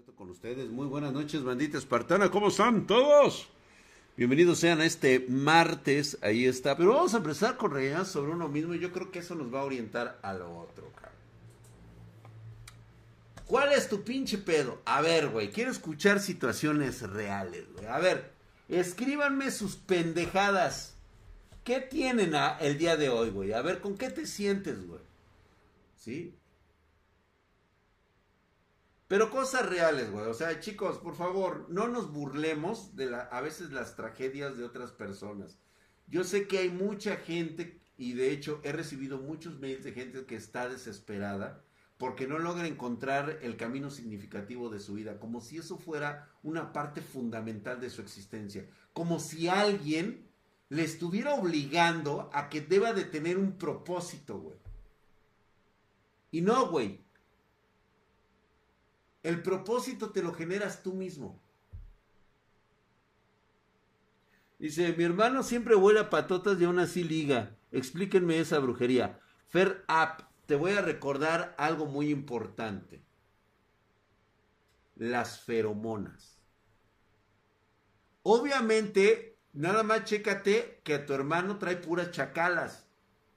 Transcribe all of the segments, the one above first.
Con ustedes, muy buenas noches, bandita espartana, ¿cómo están todos? Bienvenidos sean a este martes, ahí está, pero vamos a empezar con regañas sobre uno mismo y yo creo que eso nos va a orientar a lo otro, cabrón. ¿Cuál es tu pinche pedo? A ver, güey, quiero escuchar situaciones reales, güey. A ver, escríbanme sus pendejadas. ¿Qué tienen el día de hoy, güey? A ver, ¿con qué te sientes, güey? ¿Sí? Pero cosas reales, güey. O sea, chicos, por favor, no nos burlemos de a veces las tragedias de otras personas. Yo sé que hay mucha gente, y de hecho he recibido muchos mails de gente que está desesperada porque no logra encontrar el camino significativo de su vida, como si eso fuera una parte fundamental de su existencia, como si alguien le estuviera obligando a que deba de tener un propósito, güey. Y no, güey. El propósito te lo generas tú mismo. Dice, mi hermano siempre huele a patotas y aún así liga. Explíquenme esa brujería. Fer Up, te voy a recordar algo muy importante. Las feromonas. Obviamente, nada más chécate que a tu hermano trae puras chacalas.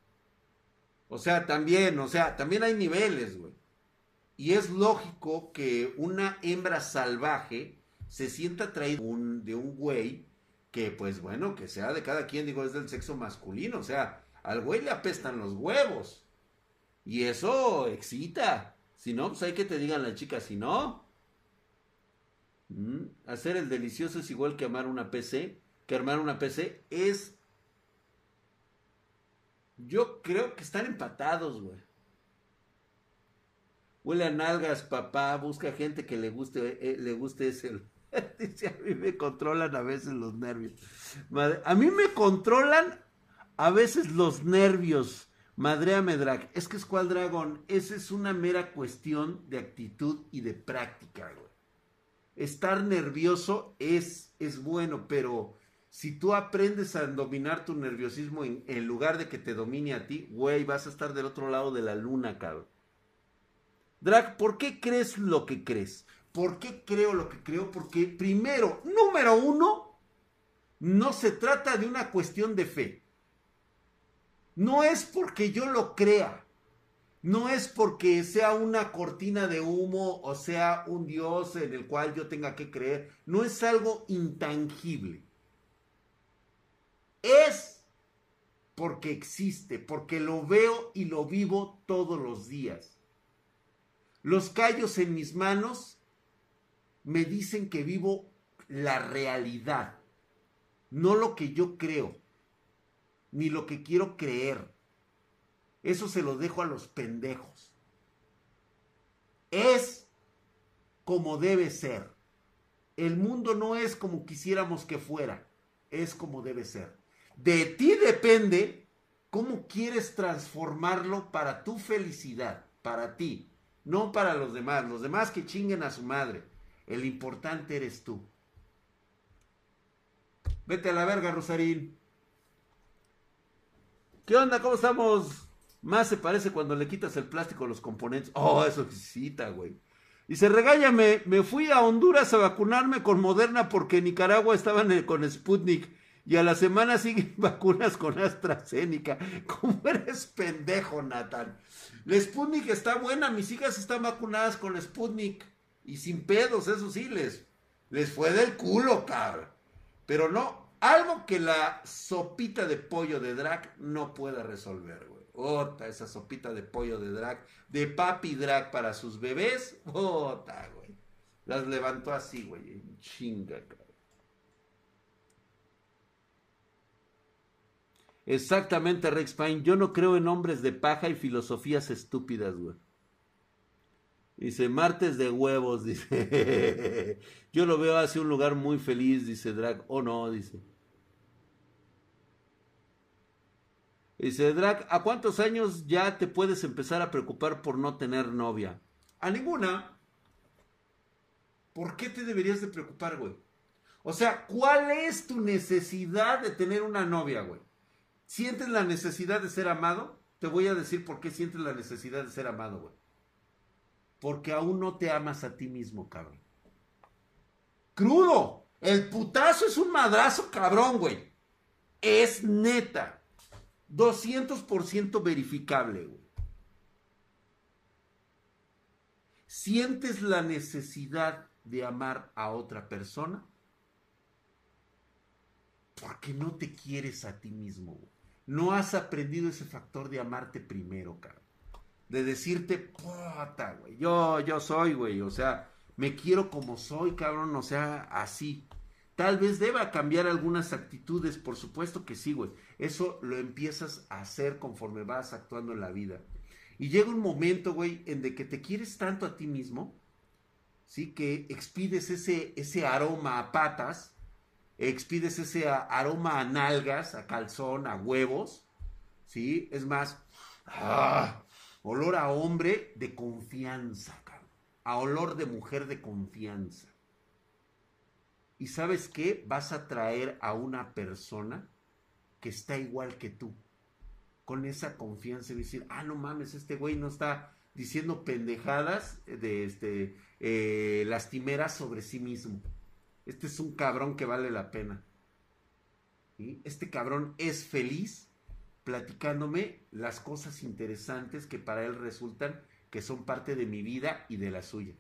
También hay niveles, güey. Y es lógico que una hembra salvaje se sienta atraída de un güey que, pues bueno, que sea de cada quien, digo, es del sexo masculino. O sea, al güey le apestan los huevos. Y eso excita. Si no, pues hay que te digan las chicas, si no. Hacer el delicioso es igual que amar una PC. Que armar una PC es... Yo creo que están empatados, güey. Huele a nalgas, papá, busca gente que le guste ese. Dice, a mí me controlan a veces los nervios. Madre, a mí me controlan a veces los nervios. Madréame, Drag. Es que Squall Dragon, esa es una mera cuestión de actitud y de práctica, güey. Estar nervioso es bueno, pero si tú aprendes a dominar tu nerviosismo en lugar de que te domine a ti, güey, vas a estar del otro lado de la luna, cabrón. Drag, ¿por qué crees lo que crees? ¿Por qué creo lo que creo? Porque primero, número uno, no se trata de una cuestión de fe. No es porque yo lo crea. No es porque sea una cortina de humo o sea un Dios en el cual yo tenga que creer. No es algo intangible. Es porque existe, porque lo veo y lo vivo todos los días. Los callos en mis manos me dicen que vivo la realidad, no lo que yo creo, ni lo que quiero creer. Eso se lo dejo a los pendejos. Es como debe ser. El mundo no es como quisiéramos que fuera, es como debe ser. De ti depende cómo quieres transformarlo para tu felicidad, para ti. No para los demás que chinguen a su madre. El importante eres tú. Vete a la verga, Rosarín. ¿Qué onda? ¿Cómo estamos? Más se parece cuando le quitas el plástico a los componentes. Oh, eso excita, güey. Dice, regáñame, me fui a Honduras a vacunarme con Moderna porque en Nicaragua estaban con Sputnik. Y a la semana siguen vacunas con AstraZeneca. ¿Cómo eres pendejo, Nathan? La Sputnik está buena. Mis hijas están vacunadas con Sputnik. Y sin pedos, eso sí, les fue del culo, cabrón. Pero no, algo que la sopita de pollo de Drag no pueda resolver, güey. Ota, esa sopita de pollo de Drag, de papi Drag para sus bebés. Ota, güey. Las levantó así, güey. Chinga, cabrón. Exactamente, Rex Pine. Yo no creo en hombres de paja y filosofías estúpidas, güey. Dice, martes de huevos, dice. Yo lo veo hacia un lugar muy feliz, dice Drag. Oh, no, dice. Dice, Drag, ¿a cuántos años ya te puedes empezar a preocupar por no tener novia? A ninguna. ¿Por qué te deberías de preocupar, güey? O sea, ¿cuál es tu necesidad de tener una novia, güey? ¿Sientes la necesidad de ser amado? Te voy a decir por qué sientes la necesidad de ser amado, güey. Porque aún no te amas a ti mismo, cabrón. Crudo. El putazo es un madrazo cabrón, güey. Es neta. 200% verificable, güey. ¿Sientes la necesidad de amar a otra persona? Porque no te quieres a ti mismo, güey. No has aprendido ese factor de amarte primero, cabrón. De decirte, puta, güey, yo soy, güey, o sea, me quiero como soy, cabrón, o sea, así. Tal vez deba cambiar algunas actitudes, por supuesto que sí, güey. Eso lo empiezas a hacer conforme vas actuando en la vida. Y llega un momento, güey, en de que te quieres tanto a ti mismo, ¿sí? Que expides ese aroma a patas, expides ese aroma a nalgas, a calzón, a huevos, ¿sí? Es más, olor a hombre de confianza, cabrón. A olor de mujer de confianza. ¿Y sabes qué? Vas a traer a una persona que está igual que tú. Con esa confianza y decir, no mames, este güey no está diciendo pendejadas lastimeras sobre sí mismo. Este es un cabrón que vale la pena. ¿Sí? Este cabrón es feliz platicándome las cosas interesantes que para él resultan que son parte de mi vida y de la suya.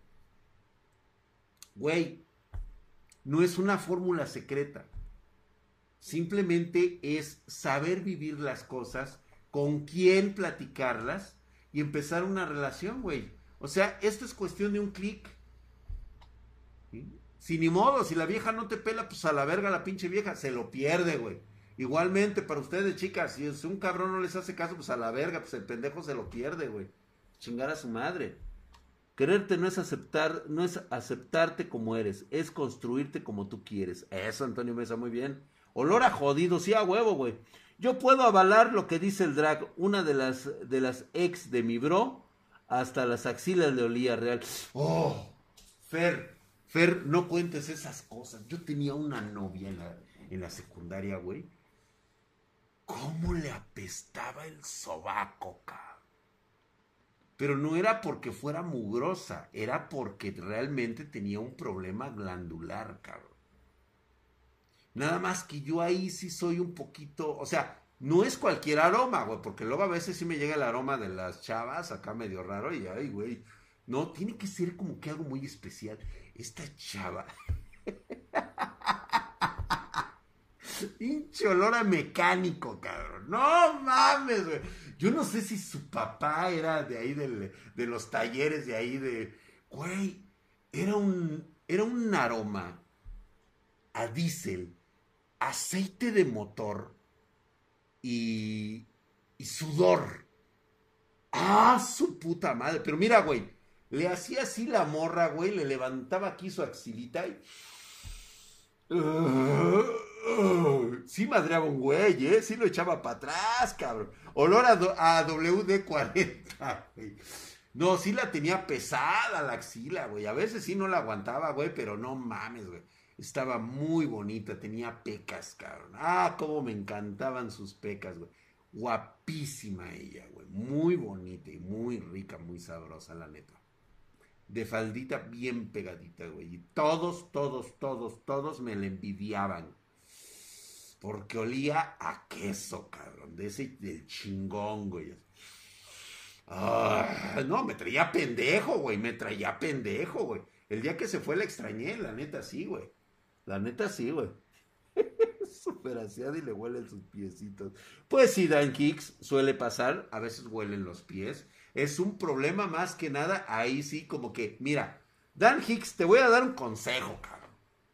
Güey, no es una fórmula secreta. Simplemente es saber vivir las cosas, con quién platicarlas y empezar una relación, güey. O sea, esto es cuestión de un clic. ¿Sí? Si ni modo, si la vieja no te pela, pues a la verga la pinche vieja, se lo pierde, güey. Igualmente para ustedes, chicas, si es un cabrón no les hace caso, pues a la verga, pues el pendejo se lo pierde, güey. Chingar a su madre. Quererte no es aceptarte como eres, es construirte como tú quieres. Eso, Antonio Mesa, muy bien. Olor a jodido, sí, a huevo, güey. Yo puedo avalar lo que dice el drag. Una de las ex de mi bro, hasta las axilas le olía real. Oh, Fer, no cuentes esas cosas. Yo tenía una novia en la secundaria, güey. ¿Cómo le apestaba el sobaco, cabrón? Pero no era porque fuera mugrosa, era porque realmente tenía un problema glandular, cabrón. Nada más que yo ahí sí soy un poquito, o sea, no es cualquier aroma, güey, porque luego a veces sí me llega el aroma de las chavas acá medio raro y ay, güey, no, tiene que ser como que algo muy especial. Esta chava, pinche olor a mecánico, cabrón, no mames, güey. Yo no sé si su papá era de ahí de los talleres de ahí de, güey, era un aroma a diésel, aceite de motor y sudor. Su puta madre. Pero mira, güey, le hacía así la morra, güey, le levantaba aquí su axilita y... sí madreaba un güey, sí lo echaba para atrás, cabrón. Olor a WD-40, güey. No, sí la tenía pesada la axila, güey. A veces sí no la aguantaba, güey, pero no mames, güey. Estaba muy bonita, tenía pecas, cabrón. Cómo me encantaban sus pecas, güey. Guapísima ella, güey. Muy bonita y muy rica, muy sabrosa, la neta. De faldita bien pegadita, güey. Y todos me la envidiaban. Porque olía a queso, cabrón. De ese del chingón, güey. No, me traía pendejo, güey. El día que se fue la extrañé, la neta sí, güey. La neta sí, güey. Súper aseada y le huelen sus piecitos. Pues sí, Dan Kicks, suele pasar. A veces huelen los pies. Es un problema más que nada. Ahí sí, como que, mira, Dan Hicks, te voy a dar un consejo, cabrón.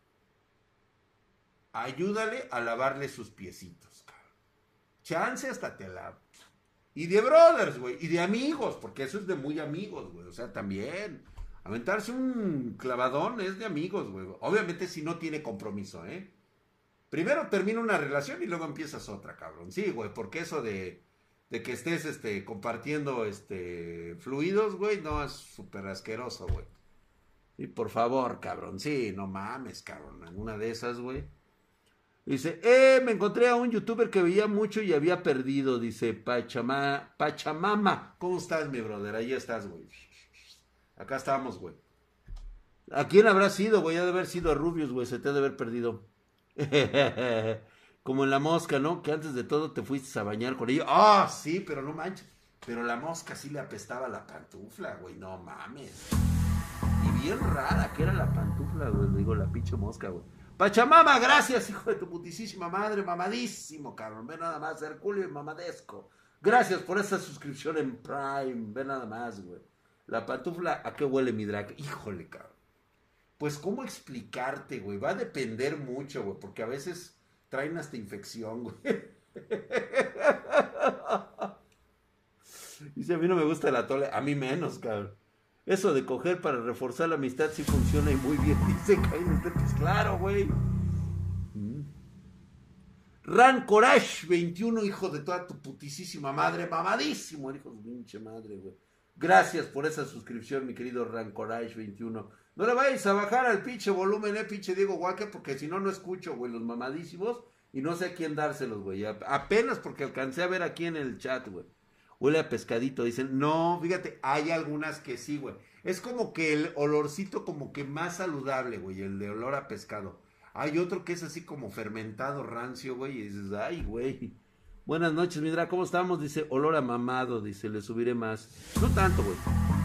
Ayúdale a lavarle sus piecitos, cabrón. Chance hasta te lavo. Y de brothers, güey. Y de amigos, porque eso es de muy amigos, güey. O sea, también. Aventarse un clavadón es de amigos, güey. Obviamente si no tiene compromiso, ¿eh? Primero termina una relación y luego empiezas otra, cabrón. Sí, güey, porque eso de que estés compartiendo fluidos, güey, no, es súper asqueroso, güey. Y por favor, cabrón, sí, no mames, cabrón. En una de esas, güey. Dice, me encontré a un youtuber que veía mucho y había perdido, dice Pachamama. ¿Cómo estás, mi brother? Ahí estás, güey. Acá estamos, güey. ¿A quién habrá sido, güey? Ha de haber sido a Rubius, güey. Se te ha de haber perdido. Como en la mosca, ¿no? Que antes de todo te fuiste a bañar con ella. Ah, sí, pero no manches. Pero la mosca sí le apestaba la pantufla, güey. No mames. Y bien rara que era la pantufla, güey. Digo, la pinche mosca, güey. Pachamama, gracias, hijo de tu putísima madre. Mamadísimo, cabrón. Ve nada más, Herculeo y Mamadesco. Gracias por esa suscripción en Prime. Ve nada más, güey. La pantufla, ¿a qué huele mi drag? Híjole, cabrón. Pues, ¿cómo explicarte, güey? Va a depender mucho, güey, porque a veces traen hasta infección, güey. Dice, a mí no me gusta la tole, a mí menos, cabrón. Eso de coger para reforzar la amistad sí funciona y muy bien, dice Caín. Pues claro, güey. Ran Courage 21, hijo de toda tu putisísima madre, mamadísimo, hijo de tu pinche madre, güey. Gracias por esa suscripción, mi querido Ran Courage 21. No le vayas a bajar al pinche volumen, pinche Diego Walker, porque si no, no escucho, güey, los mamadísimos y no sé a quién dárselos, güey. Apenas porque alcancé a ver aquí en el chat, güey. Huele a pescadito, dicen. No, fíjate, hay algunas que sí, güey. Es como que el olorcito como que más saludable, güey, el de olor a pescado. Hay otro que es así como fermentado, rancio, güey, y dices, ay, güey. Buenas noches, Midra, ¿cómo estamos? Dice, olor a mamado, dice, le subiré más. No tanto, güey.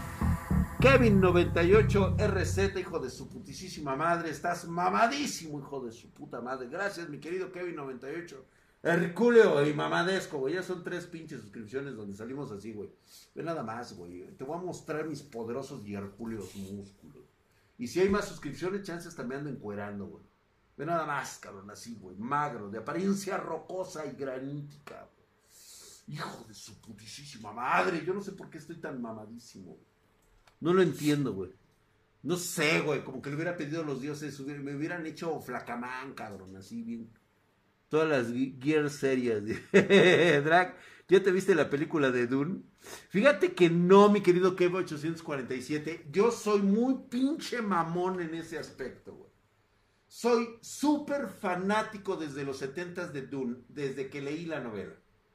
Kevin98RZ, hijo de su putísima madre, estás mamadísimo, hijo de su puta madre. Gracias, mi querido Kevin98. Herculeo y Mamadesco, güey, ya son 3 pinches suscripciones donde salimos así, güey. Ve nada más, güey. Te voy a mostrar mis poderosos y hercúleos músculos. Y si hay más suscripciones, chances también ando encuerando, güey. Ve nada más, cabrón, así, güey. Magro, de apariencia rocosa y granítica, güey. Hijo de su putísima madre. Yo no sé por qué estoy tan mamadísimo, güey. No lo entiendo, güey. No sé, güey. Como que le hubiera pedido a los dioses. Me hubieran hecho flacamán, cabrón. Así bien. Todas las Gear series. Drag, ¿ya te viste la película de Dune? Fíjate que no, mi querido Kevo 847. Yo soy muy pinche mamón en ese aspecto, güey. Soy súper fanático desde los 70s de Dune. Desde que leí la novela.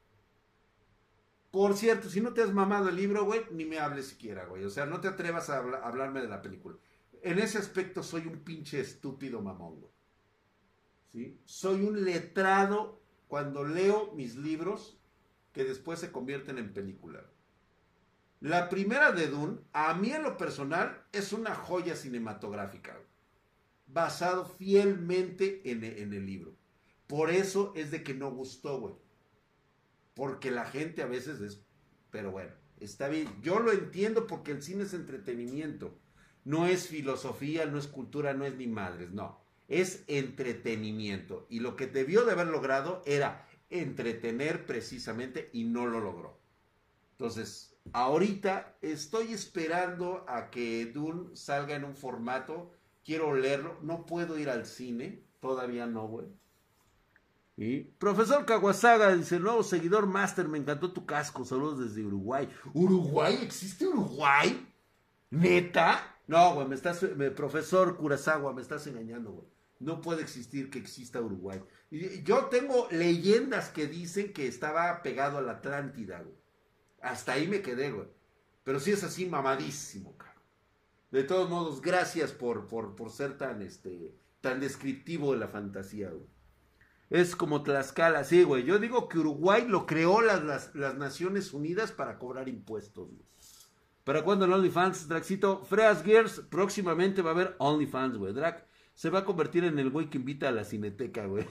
Por cierto, si no te has mamado el libro, güey, ni me hables siquiera, güey. O sea, no te atrevas a hablarme de la película. En ese aspecto soy un pinche estúpido mamón, güey. ¿Sí? Soy un letrado cuando leo mis libros que después se convierten en película. La primera de Dune, a mí en lo personal, es una joya cinematográfica, güey, basado fielmente en el libro. Por eso es de que no gustó, güey. Porque la gente a veces es... Pero bueno, está bien. Yo lo entiendo porque el cine es entretenimiento. No es filosofía, no es cultura, no es ni madres, no. Es entretenimiento. Y lo que debió de haber logrado era entretener precisamente y no lo logró. Entonces, ahorita estoy esperando a que Dune salga en un formato. Quiero leerlo. No puedo ir al cine. Todavía no, güey. ¿Y? Profesor Kawasaga dice, nuevo seguidor máster, me encantó tu casco, saludos desde Uruguay. ¿Uruguay? ¿Existe Uruguay? ¿Neta? No, güey, profesor Kurosawa, me estás engañando, güey. No puede existir que exista Uruguay. Y yo tengo leyendas que dicen que estaba pegado a la Atlántida, güey. Hasta ahí me quedé, güey. Pero sí es así mamadísimo, cabrón. De todos modos, gracias por ser tan descriptivo de la fantasía, güey. Es como Tlaxcala, sí, güey. Yo digo que Uruguay lo creó las Naciones Unidas para cobrar impuestos, güey. ¿Para cuándo el OnlyFans, Draxito? Freas Gears, próximamente va a haber OnlyFans, güey. Drac se va a convertir en el güey que invita a la cineteca, güey.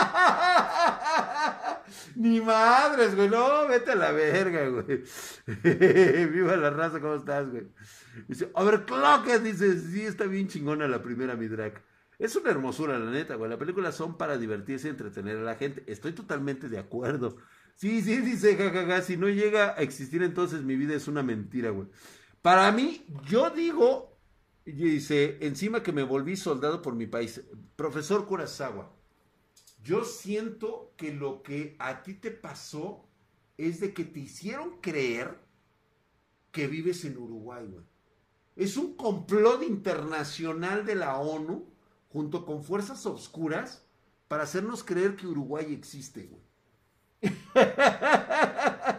Ni madres, güey. No, vete a la verga, güey. Viva la raza, ¿cómo estás, güey? Dice, overclocked, dice, sí, está bien chingona la primera, mi Drac. Es una hermosura, la neta, güey. Las películas son para divertirse y entretener a la gente. Estoy totalmente de acuerdo. Sí, dice, jajaja, si no llega a existir, entonces mi vida es una mentira, güey. Para mí, yo digo, dice, encima que me volví soldado por mi país. Profesor Kurosawa, yo siento que lo que a ti te pasó es de que te hicieron creer que vives en Uruguay, güey. Es un complot internacional de la ONU junto con fuerzas oscuras para hacernos creer que Uruguay existe, güey.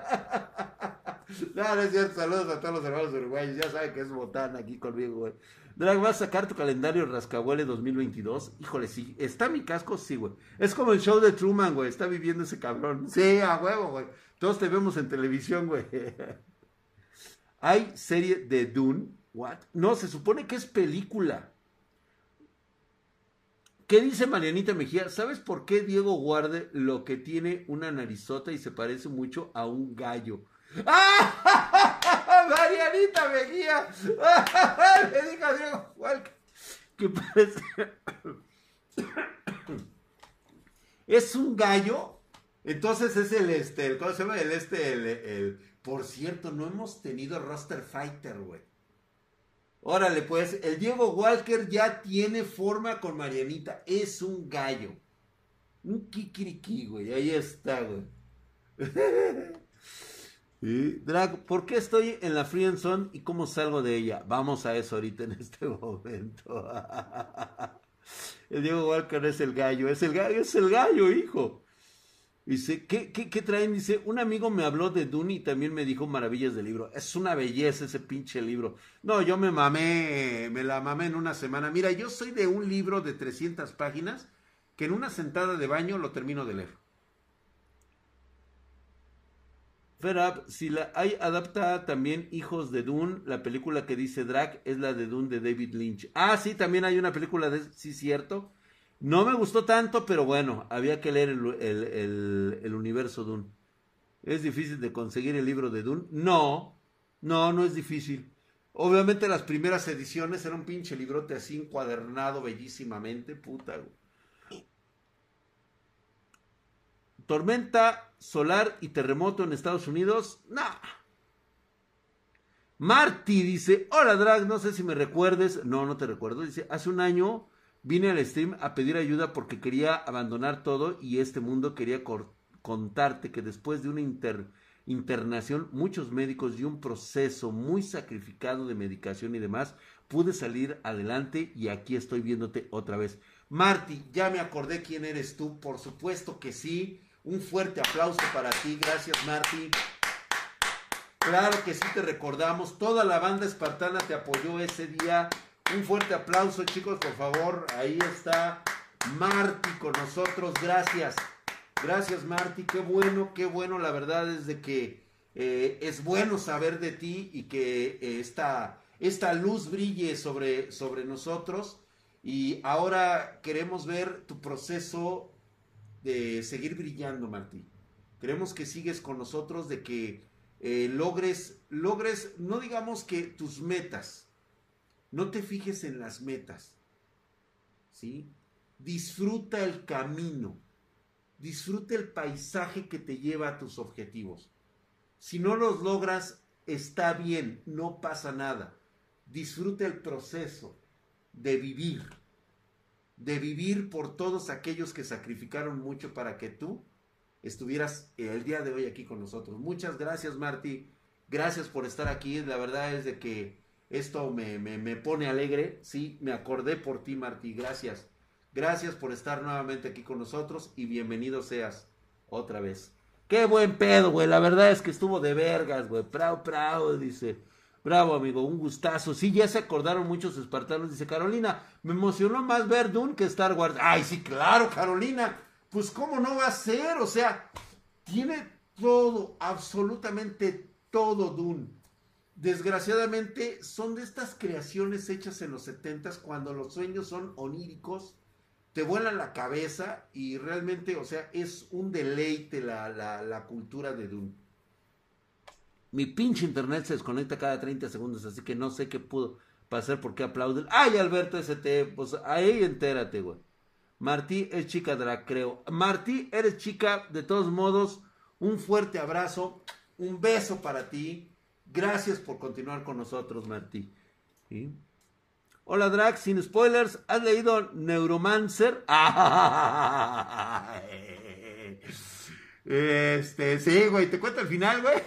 No, no es cierto. Saludos a todos los hermanos uruguayos. Ya saben que es botán aquí conmigo, güey. Drag, ¿vas a sacar tu calendario Rascahuele 2022? Híjole, sí. ¿Está mi casco? Sí, güey. Es como el show de Truman, güey. Está viviendo ese cabrón. Sí, a huevo, güey. Todos te vemos en televisión, güey. ¿Hay serie de Dune? ¿What? No, se supone que es película. ¿Qué dice Marianita Mejía? ¿Sabes por qué Diego Guarde lo que tiene una narizota y se parece mucho a un gallo? ¡Ah! Marianita Mejía. Le dijo a Diego Guarde que parece... ¿Es un gallo? Entonces es ¿cómo se llama? Por cierto, no hemos tenido roster fighter, güey. Órale, pues, el Diego Walker ya tiene forma con Marianita. Es un gallo. Un kikiriki, güey. Ahí está, güey. Drag, ¿por qué estoy en la Free Zone y cómo salgo de ella? Vamos a eso ahorita en este momento. El Diego Walker es el gallo, hijo. Dice, ¿qué traen? Dice, un amigo me habló de Dune y también me dijo maravillas del libro. Es una belleza ese pinche libro. No, yo me la mamé en una semana. Mira, yo soy de un libro de 300 páginas que en una sentada de baño lo termino de leer. Ferab, si la hay adapta también Hijos de Dune, la película que dice Drag es la de Dune de David Lynch. Ah, sí, también hay una película de... Sí, cierto. No me gustó tanto, pero bueno, había que leer el universo Dune. ¿Es difícil de conseguir el libro de Dune? No es difícil. Obviamente las primeras ediciones era un pinche librote así encuadernado bellísimamente, puta. Tormenta solar y terremoto en Estados Unidos, no. Marty dice, hola Drag, no sé si me recuerdes. No te recuerdo. Dice, hace un año... vine al stream a pedir ayuda porque quería abandonar todo y este mundo. Quería contarte que después de una internación, muchos médicos y un proceso muy sacrificado de medicación y demás, pude salir adelante y aquí estoy viéndote otra vez. Marty, ya me acordé quién eres tú, por supuesto que sí. Un fuerte aplauso para ti, gracias Marty. Claro que sí te recordamos, toda la banda espartana te apoyó ese día. Un fuerte aplauso, chicos, por favor. Ahí está Marty con nosotros. Gracias. Gracias, Marty. Qué bueno. La verdad es de que es bueno saber de ti y que esta luz brille sobre nosotros. Y ahora queremos ver tu proceso de seguir brillando, Marty. Queremos que sigues con nosotros, de que logres, no digamos que tus metas. No te fijes en las metas, ¿sí? Disfruta el camino, disfruta el paisaje que te lleva a tus objetivos. Si no los logras, está bien, no pasa nada. Disfruta el proceso de vivir por todos aquellos que sacrificaron mucho para que tú estuvieras el día de hoy aquí con nosotros. Muchas gracias, Marty. Gracias por estar aquí. La verdad es de que esto me pone alegre, sí, me acordé por ti, Martí, gracias. Gracias por estar nuevamente aquí con nosotros y bienvenido seas otra vez. Qué buen pedo, güey, la verdad es que estuvo de vergas, güey, prau, dice. Bravo, amigo, un gustazo. Sí, ya se acordaron muchos espartanos, dice Carolina, me emocionó más ver Dune que Star Wars. Ay, sí, claro, Carolina, pues cómo no va a ser, o sea, tiene todo, absolutamente todo Dune. Desgraciadamente son de estas creaciones hechas en los 70s cuando los sueños son oníricos, te vuelan la cabeza y realmente, o sea, es un deleite la cultura de Dune. Mi pinche internet se desconecta cada 30 segundos, así que no sé qué pudo pasar, por qué aplauden. ¡Ay, Alberto ST! Pues ahí entérate, güey. Martí es chica drag, creo. Martí, eres chica, de todos modos, un fuerte abrazo, un beso para ti. Gracias por continuar con nosotros, Martí. ¿Sí? Hola, Drag, sin spoilers, ¿has leído Neuromancer? Sí, güey, ¿te cuento el final, güey?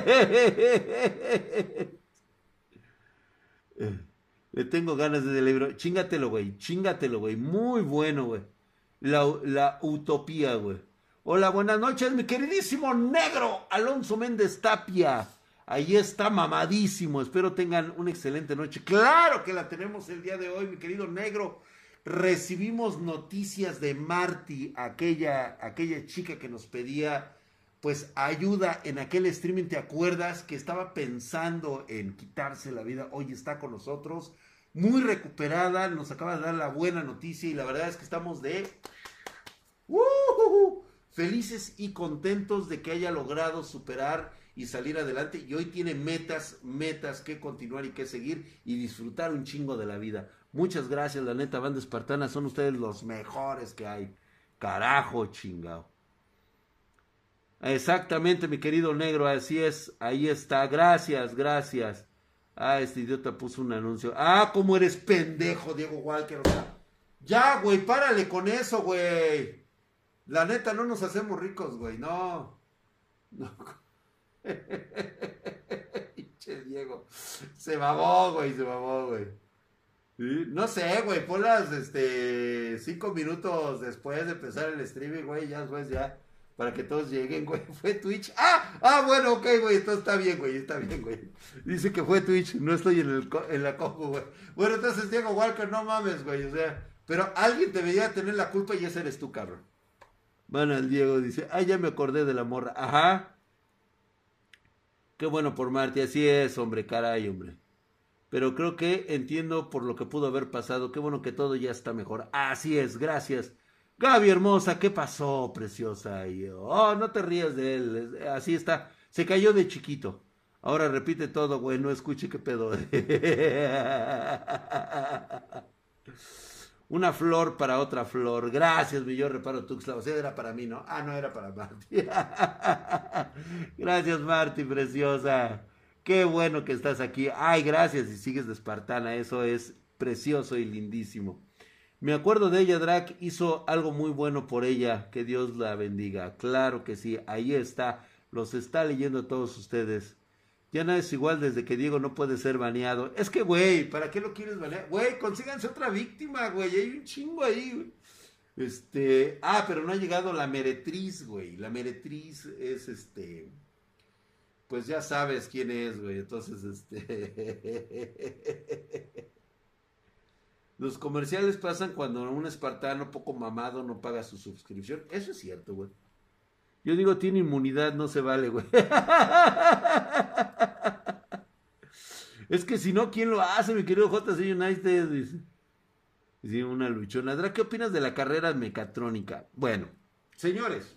Le tengo ganas de ese libro. Chingatelo, güey. Muy bueno, güey. La utopía, güey. Hola, buenas noches, mi queridísimo negro Alonso Méndez Tapia. Ahí está mamadísimo. Espero tengan una excelente noche. Claro que la tenemos el día de hoy, mi querido negro. Recibimos noticias de Marty, aquella chica que nos pedía pues ayuda en aquel streaming. ¿Te acuerdas que estaba pensando en quitarse la vida? Hoy está con nosotros, muy recuperada. Nos acaba de dar la buena noticia y la verdad es que estamos de felices y contentos de que haya logrado superar y salir adelante, y hoy tiene metas que continuar y que seguir y disfrutar un chingo de la vida. Muchas gracias, la neta, banda espartana, son ustedes los mejores que hay. Carajo, chingado. Exactamente, mi querido negro, así es, ahí está, gracias. Ah, este idiota puso un anuncio. Ah, cómo eres pendejo, Diego Walker. O sea, ya, güey, párale con eso, güey. La neta, no nos hacemos ricos, güey, no. No. Pinche Diego. Se mamó, güey, ¿Sí? No sé, güey, ponlas 5 minutos después de empezar el streaming, güey, ya después ya, para que todos lleguen, güey. Fue Twitch. Bueno, ok, güey, entonces está bien, güey. Dice que fue Twitch, no estoy en la compu, güey. Bueno, entonces Diego Walker, no mames, güey, o sea, pero alguien debería tener la culpa y ese eres tú, cabrón. Bueno, el Diego dice, ya me acordé de la morra. Ajá. Qué bueno por Marty, así es, hombre, caray, hombre. Pero creo que entiendo por lo que pudo haber pasado. Qué bueno que todo ya está mejor. Así es, gracias. Gaby hermosa, ¿qué pasó, preciosa? Y no te rías de él. Así está. Se cayó de chiquito. Ahora repite todo, güey. No escuche qué pedo. Una flor para otra flor. Gracias, mi yo reparo Tuxtla. O sea, era para mí, ¿no? No era para Marty. Gracias, Marty, preciosa. Qué bueno que estás aquí. Ay, gracias y sigues de espartana. Eso es precioso y lindísimo. Me acuerdo de ella, Drac. Hizo algo muy bueno por ella. Que Dios la bendiga. Claro que sí. Ahí está. Los está leyendo todos ustedes. Ya nada es igual desde que Diego no puede ser baneado. Es que, güey, ¿para qué lo quieres banear? Güey, consíganse otra víctima, güey. Hay un chingo ahí, güey. Pero no ha llegado la meretriz, güey. La meretriz es, pues ya sabes quién es, güey. Entonces, los comerciales pasan cuando un espartano poco mamado no paga su suscripción. Eso es cierto, güey. Yo digo, tiene inmunidad, no se vale, güey. Es que si no, ¿quién lo hace, mi querido JC United? Dice una luchona. Dra, ¿qué opinas de la carrera mecatrónica? Bueno, señores,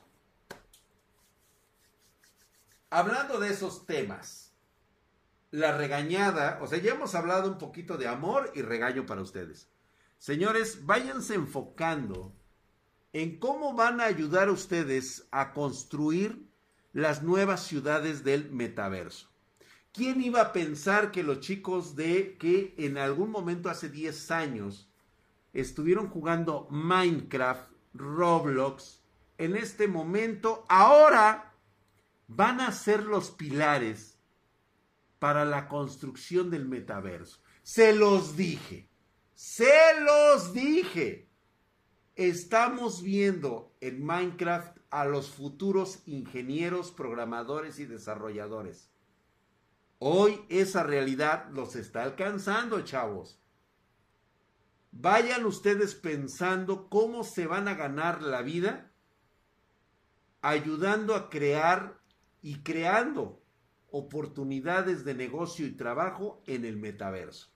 hablando de esos temas, la regañada, o sea, ya hemos hablado un poquito de amor y regaño para ustedes. Señores, váyanse enfocando en cómo van a ayudar a ustedes a construir las nuevas ciudades del metaverso. ¿Quién iba a pensar que los chicos que en algún momento hace 10 años estuvieron jugando Minecraft, Roblox, en este momento ahora van a ser los pilares para la construcción del metaverso? Se los dije. Estamos viendo en Minecraft a los futuros ingenieros, programadores y desarrolladores. Hoy esa realidad los está alcanzando, chavos. Vayan ustedes pensando cómo se van a ganar la vida ayudando a crear y creando oportunidades de negocio y trabajo en el metaverso.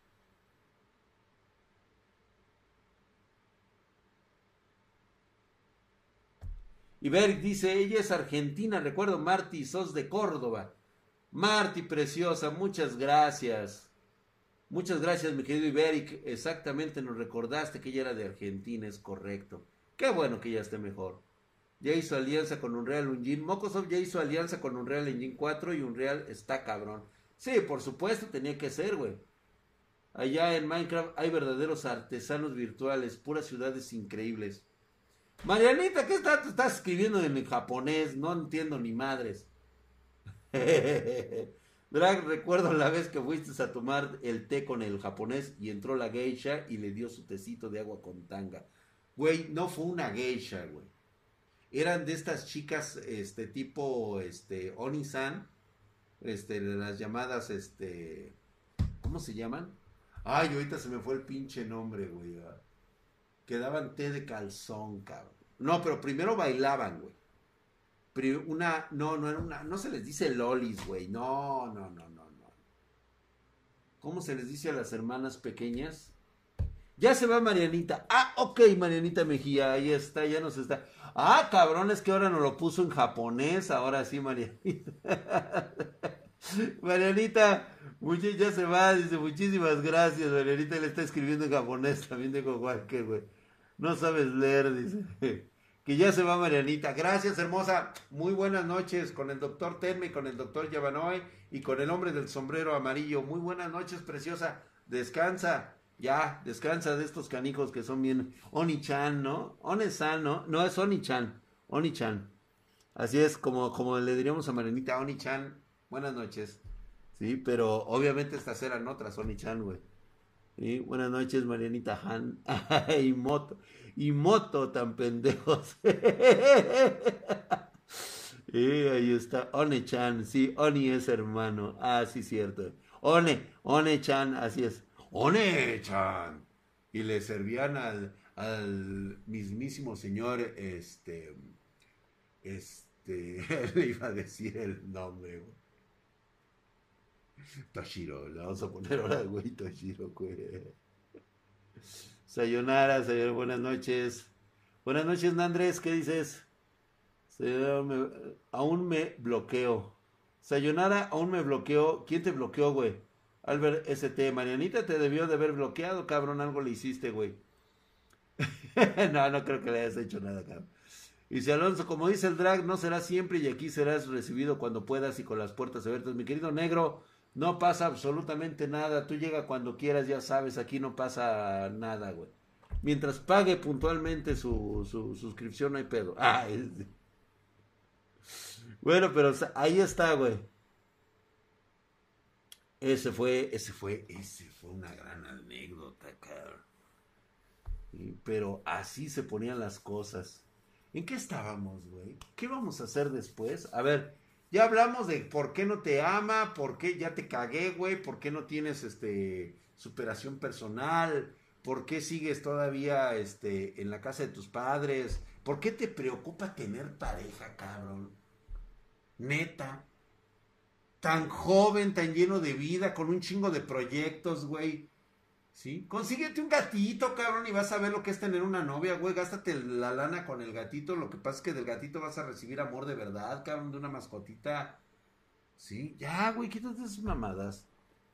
Y Beric dice, ella es argentina, recuerdo, Marty, sos de Córdoba. Marty, preciosa, muchas gracias. Muchas gracias, mi querido Iberic. Exactamente, nos recordaste que ella era de Argentina, es correcto. Qué bueno que ya esté mejor. Ya hizo alianza con Unreal Engine. Mocosoft ya hizo alianza con Unreal Engine 4 y Unreal está cabrón. Sí, por supuesto, tenía que ser, güey. Allá en Minecraft hay verdaderos artesanos virtuales, puras ciudades increíbles. Marianita, ¿qué estás escribiendo en japonés? No entiendo ni madres. Drag, recuerdo la vez que fuiste a tomar el té con el japonés y entró la geisha y le dio su tecito de agua con tanga. Güey, no fue una geisha, güey. Eran de estas chicas, tipo, Oni-san, las llamadas, ¿cómo se llaman? Ay, ahorita se me fue el pinche nombre, güey. Que daban té de calzón, cabrón. No, pero primero bailaban, güey. No era una, no se les dice lolis, güey. No, no, no, no, no. ¿Cómo se les dice a las hermanas pequeñas? Ya se va Marianita. Ah, ok, Marianita Mejía, ahí está, ya nos está. Ah, cabrón, es que ahora nos lo puso en japonés, ahora sí, Marianita. Marianita, ya se va, dice, muchísimas gracias, Marianita le está escribiendo en japonés, también dijo Juan, que güey, no sabes leer, dice, que ya se va Marianita, gracias hermosa, muy buenas noches, con el doctor Tenme, con el doctor Yabanoy, y con el hombre del sombrero amarillo, muy buenas noches, preciosa, descansa, ya, descansa de estos canijos que son bien, Oni-chan, ¿no? One-san, ¿no? No, es Oni-chan, Oni-chan. Así es como le diríamos a Marianita, Oni-chan, buenas noches. Sí, pero obviamente estas eran otras, Oni-chan, güey. Sí, buenas noches, Marianita Han. Y Moto tan pendejos. Ahí está, One-chan, sí, Oni es hermano. Ah, sí, cierto. One-chan, así es. One-chan. Y le servían al mismísimo señor, le iba a decir el nombre, güey. Toshiro, le vamos a poner ahora, güey, Toshiro, güey. Sayonara, sayonara, buenas noches. Buenas noches, Nandres, ¿qué dices? Aún me bloqueo. Sayonara, aún me bloqueo. ¿Quién te bloqueó, güey? Albert ST, Marianita te debió de haber bloqueado, cabrón, algo le hiciste, güey. No, no creo que le hayas hecho nada, cabrón. Y si Alonso, como dice el drag, no será siempre y aquí serás recibido cuando puedas y con las puertas abiertas. Mi querido negro, no pasa absolutamente nada. Tú llega cuando quieras, ya sabes, aquí no pasa nada, güey. Mientras pague puntualmente su suscripción, no hay pedo. Bueno, pero ahí está, güey. Ese fue una gran anécdota, cabrón. Pero así se ponían las cosas. ¿En qué estábamos, güey? ¿Qué vamos a hacer después? A ver, ya hablamos de por qué no te ama, por qué ya te cagué, güey, por qué no tienes superación personal, por qué sigues todavía en la casa de tus padres, por qué te preocupa tener pareja, cabrón. Neta, tan joven, tan lleno de vida, con un chingo de proyectos, güey. ¿Sí? Consíguete un gatito, cabrón, y vas a ver lo que es tener una novia, güey. Gástate la lana con el gatito. Lo que pasa es que del gatito vas a recibir amor de verdad, cabrón, de una mascotita. ¿Sí? Ya, güey, quítate esas mamadas.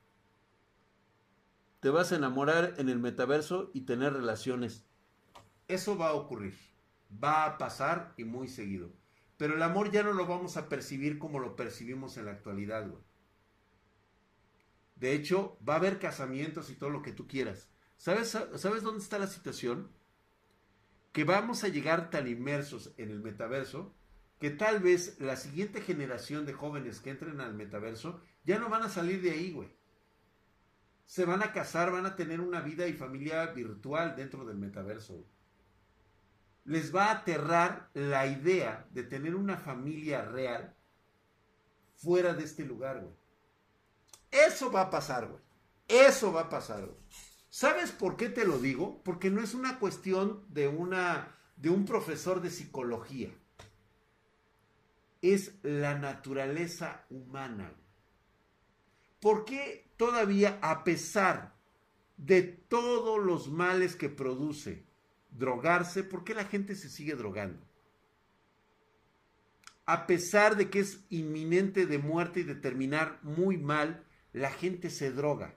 Te vas a enamorar en el metaverso y tener relaciones. Eso va a ocurrir. Va a pasar y muy seguido. Pero el amor ya no lo vamos a percibir como lo percibimos en la actualidad, güey. De hecho, va a haber casamientos y todo lo que tú quieras. ¿Sabes dónde está la situación? Que vamos a llegar tan inmersos en el metaverso que tal vez la siguiente generación de jóvenes que entren al metaverso ya no van a salir de ahí, güey. Se van a casar, van a tener una vida y familia virtual dentro del metaverso, güey. Les va a aterrar la idea de tener una familia real fuera de este lugar, güey. Eso va a pasar, güey. Eso va a pasar, güey. ¿Sabes por qué te lo digo? Porque no es una cuestión de un profesor de psicología. Es la naturaleza humana. ¿Por qué todavía, a pesar de todos los males que produce drogarse, por qué la gente se sigue drogando? A pesar de que es inminente de muerte y de terminar muy mal, la gente se droga.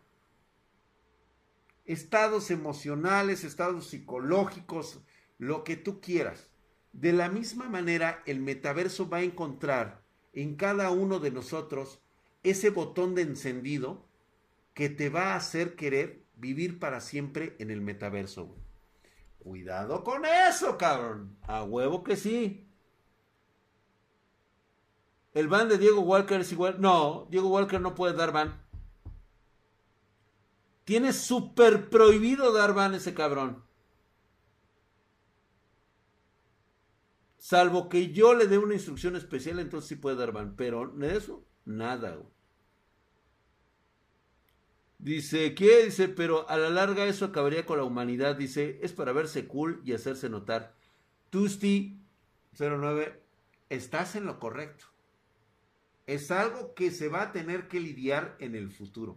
Estados emocionales, estados psicológicos, lo que tú quieras. De la misma manera, el metaverso va a encontrar en cada uno de nosotros ese botón de encendido que te va a hacer querer vivir para siempre en el metaverso, güey. Cuidado con eso, cabrón. A huevo que sí. ¿El ban de Diego Walker es igual? No, Diego Walker no puede dar ban. Tiene súper prohibido dar ban ese cabrón. Salvo que yo le dé una instrucción especial, entonces sí puede dar ban. Pero de eso, nada, güey. Dice, ¿qué? Dice, pero a la larga eso acabaría con la humanidad. Dice, es para verse cool y hacerse notar. Tusti09, estás en lo correcto. Es algo que se va a tener que lidiar en el futuro.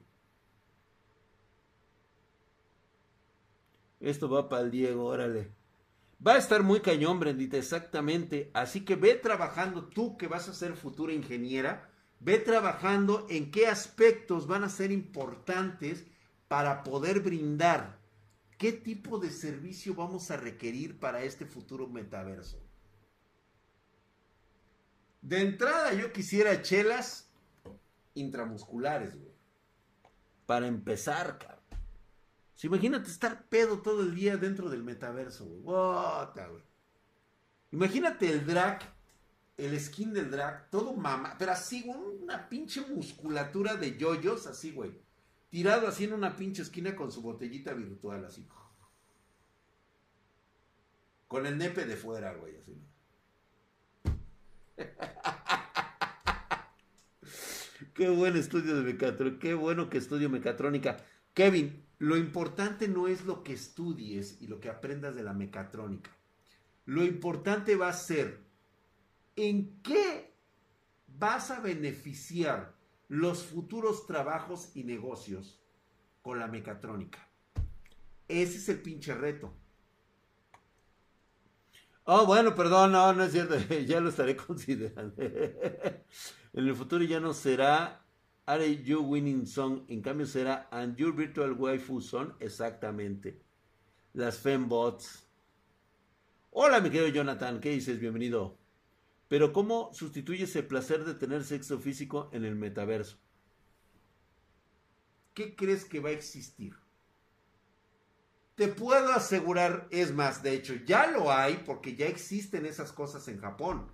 Esto va para el Diego, órale. Va a estar muy cañón, Brendita, exactamente. Así que ve trabajando, tú que vas a ser futura ingeniera, ve trabajando en qué aspectos van a ser importantes para poder brindar. ¿Qué tipo de servicio vamos a requerir para este futuro metaverso? De entrada yo quisiera chelas intramusculares, güey. Para empezar, cabrón. Si imagínate estar pedo todo el día dentro del metaverso, güey. Güey. Imagínate el drag, el skin del drag, todo mama, pero así, güey, una pinche musculatura de yoyos, así, güey. Tirado así en una pinche esquina con su botellita virtual, así. Con el nepe de fuera, güey, así. Qué buen estudio de mecatrónica, qué bueno que estudio mecatrónica. Kevin, lo importante no es lo que estudies y lo que aprendas de la mecatrónica. Lo importante va a ser en qué vas a beneficiar los futuros trabajos y negocios con la mecatrónica. Ese es el pinche reto. Oh, bueno, perdón, no, no es cierto, ya lo estaré considerando. En el futuro ya no será Are You Winning Song, en cambio será And Your Virtual Waifu Son, exactamente. Las fembots. Hola, mi querido Jonathan, ¿qué dices? Bienvenido. Pero ¿cómo sustituyes el placer de tener sexo físico en el metaverso? ¿Qué crees que va a existir? Te puedo asegurar, es más, de hecho, ya lo hay porque ya existen esas cosas en Japón.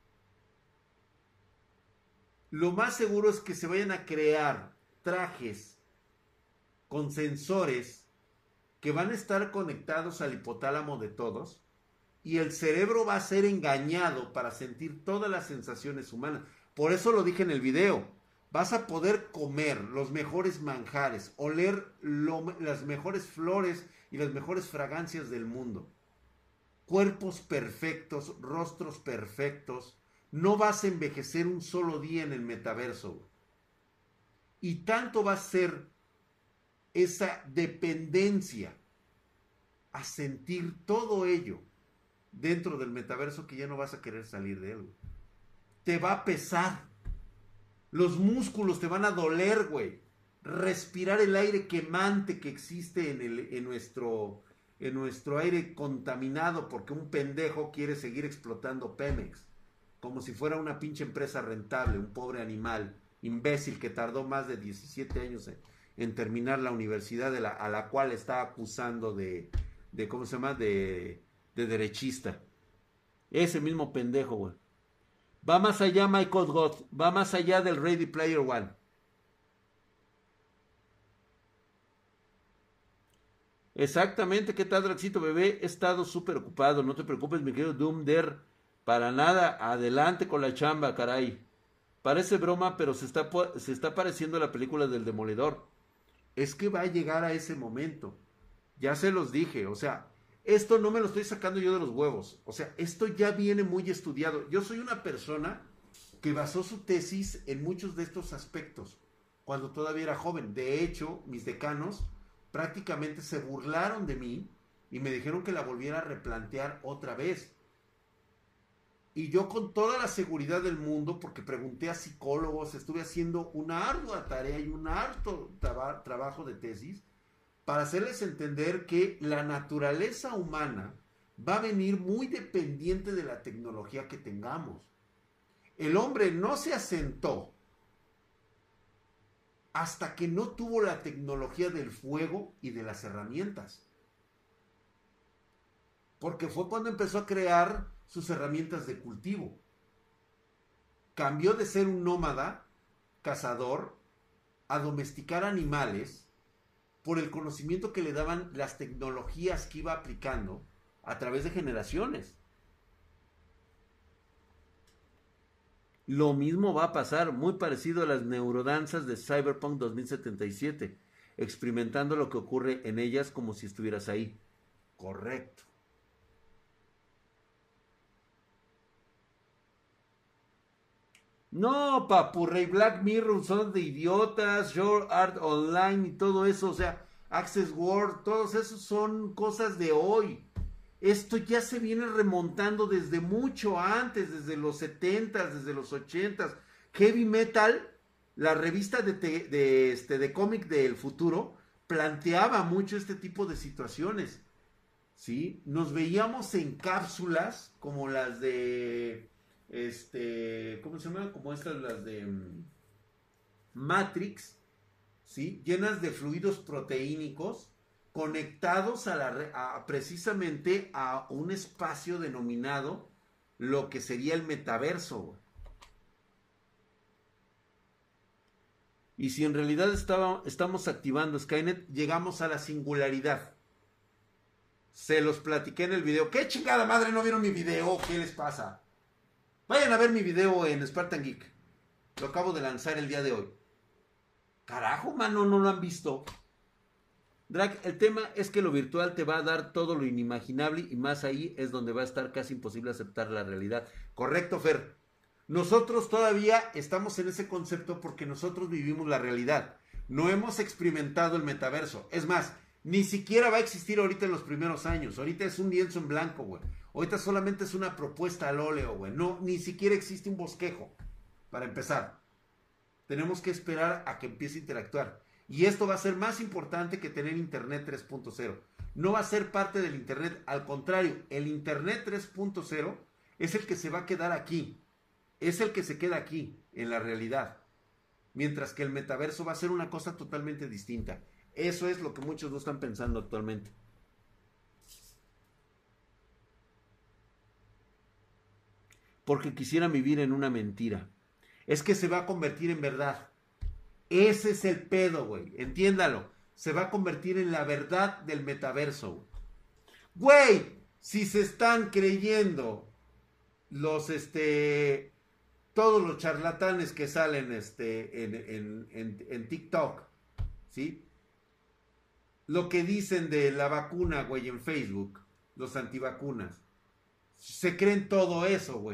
Lo más seguro es que se vayan a crear trajes con sensores que van a estar conectados al hipotálamo de todos y el cerebro va a ser engañado para sentir todas las sensaciones humanas. Por eso lo dije en el video. Vas a poder comer los mejores manjares, oler las mejores flores y las mejores fragancias del mundo. Cuerpos perfectos, rostros perfectos. No vas a envejecer un solo día en el metaverso. Y tanto va a ser esa dependencia a sentir todo ello dentro del metaverso que ya no vas a querer salir de él. Te va a pesar. Los músculos te van a doler, güey. Respirar el aire quemante que existe en nuestro aire contaminado porque un pendejo quiere seguir explotando Pemex. Como si fuera una pinche empresa rentable, un pobre animal, imbécil que tardó más de 17 años en terminar la universidad a la cual está acusando de ¿cómo se llama? De derechista. Ese mismo pendejo, güey. Va más allá Michael Gott, va más allá del Ready Player One. Exactamente, ¿qué tal, Draxito, bebé? He estado súper ocupado, no te preocupes, mi querido Doom Der. Para nada, adelante con la chamba, caray. Parece broma, pero se está pareciendo a la película del Demoledor. Es que va a llegar a ese momento. Ya se los dije, o sea, esto no me lo estoy sacando yo de los huevos. O sea, esto ya viene muy estudiado. Yo soy una persona que basó su tesis en muchos de estos aspectos cuando todavía era joven. De hecho, mis decanos prácticamente se burlaron de mí y me dijeron que la volviera a replantear otra vez. Y yo con toda la seguridad del mundo, porque pregunté a psicólogos, estuve haciendo una ardua tarea y un harto trabajo de tesis para hacerles entender que la naturaleza humana va a venir muy dependiente de la tecnología que tengamos. El hombre no se asentó hasta que no tuvo la tecnología del fuego y de las herramientas. Porque fue cuando empezó a crear sus herramientas de cultivo. Cambió de ser un nómada, cazador, a domesticar animales por el conocimiento que le daban las tecnologías que iba aplicando a través de generaciones. Lo mismo va a pasar, muy parecido a las neurodanzas de Cyberpunk 2077. experimentando lo que ocurre en ellas como si estuvieras ahí. Correcto. No, papurrey, Black Mirror son de idiotas, Short Art Online y todo eso, o sea, Access World, todos esos son cosas de hoy. Esto ya se viene remontando desde mucho antes, desde los 70s, desde los 80s. Heavy Metal, la revista de cómic del futuro, planteaba mucho este tipo de situaciones, ¿sí? Nos veíamos en cápsulas como las de ¿cómo se llama? Como estas, las de Matrix, ¿sí? Llenas de fluidos proteínicos conectados precisamente a un espacio denominado lo que sería el metaverso, güey. Y si en realidad estamos activando Skynet, llegamos a la singularidad. Se los platiqué en el video. ¿Qué chingada madre no vieron mi video? ¿Qué les pasa? Vayan a ver mi video en Spartan Geek. Lo acabo de lanzar el día de hoy. Carajo, mano, no lo han visto. Drag, el tema es que lo virtual te va a dar todo lo inimaginable y más ahí es donde va a estar casi imposible aceptar la realidad. Correcto, Fer. Nosotros todavía estamos en ese concepto porque nosotros vivimos la realidad. No hemos experimentado el metaverso. Es más, ni siquiera va a existir ahorita en los primeros años. Ahorita es un lienzo en blanco, güey. Ahorita solamente es una propuesta al óleo, güey. No, ni siquiera existe un bosquejo. Para empezar. Tenemos que esperar a que empiece a interactuar. Y esto va a ser más importante que tener Internet 3.0. No va a ser parte del Internet. Al contrario, el Internet 3.0 es el que se va a quedar aquí. Es el que se queda aquí, en la realidad. Mientras que el metaverso va a ser una cosa totalmente distinta. Eso es lo que muchos no están pensando actualmente. Porque quisieran vivir en una mentira. Es que se va a convertir en verdad. Ese es el pedo, güey. Entiéndalo. Se va a convertir en la verdad del metaverso. Güey, si se están creyendo todos los charlatanes que salen en TikTok, ¿sí? Lo que dicen de la vacuna, güey, en Facebook, los antivacunas. Se creen todo eso, güey.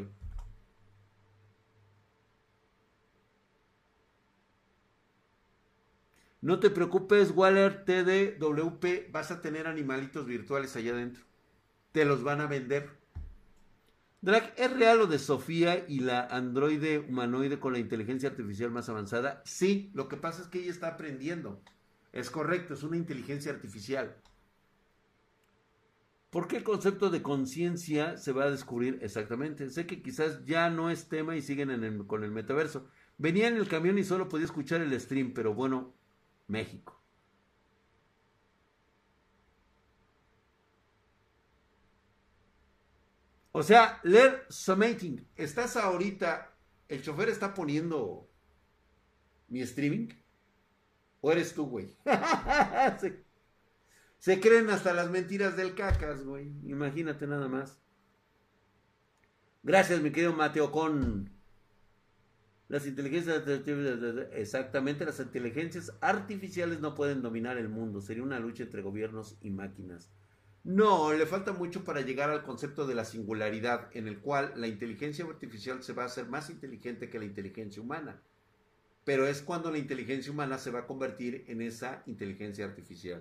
No te preocupes, Waller TDWP, vas a tener animalitos virtuales allá adentro. Te los van a vender. Drag, ¿es real lo de Sofía y la androide humanoide con la inteligencia artificial más avanzada? Sí, lo que pasa es que ella está aprendiendo. Es correcto, es una inteligencia artificial. ¿Por qué el concepto de conciencia se va a descubrir exactamente? Sé que quizás ya no es tema y siguen con el metaverso. Venía en el camión y solo podía escuchar el stream, pero bueno, México. O sea, leer Summating. ¿Estás ahorita, el chofer está poniendo mi streaming? ¿O eres tú, güey? se creen hasta las mentiras del cacas, güey. Imagínate nada más. Gracias, mi querido Mateo Con. Las inteligencias exactamente, las inteligencias artificiales no pueden dominar el mundo. Sería una lucha entre gobiernos y máquinas. No, le falta mucho para llegar al concepto de la singularidad, en el cual la inteligencia artificial se va a hacer más inteligente que la inteligencia humana. Pero es cuando la inteligencia humana se va a convertir en esa inteligencia artificial.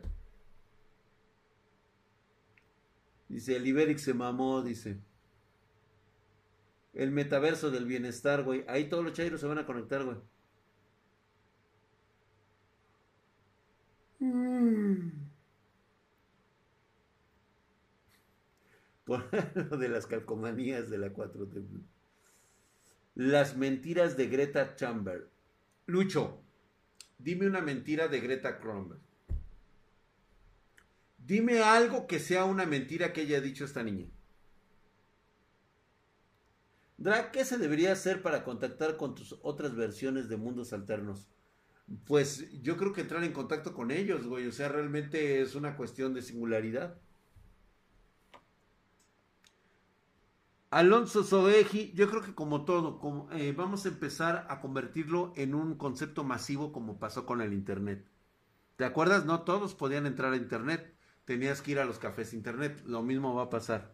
Dice, el Iberic se mamó, dice. El metaverso del bienestar, güey. Ahí todos los chairos se van a conectar, güey. Por lo de las calcomanías de la 4T. Las mentiras de Greta Thunberg. Lucho, dime una mentira de Greta Thunberg. Dime algo que sea una mentira que haya dicho esta niña. Drag, ¿qué se debería hacer para contactar con tus otras versiones de mundos alternos? Pues yo creo que entrar en contacto con ellos, güey. O sea, realmente es una cuestión de singularidad. Alonso Soeji, yo creo que como todo, vamos a empezar a convertirlo en un concepto masivo como pasó con el internet. ¿Te acuerdas? No todos podían entrar a internet. Tenías que ir a los cafés internet. Lo mismo va a pasar.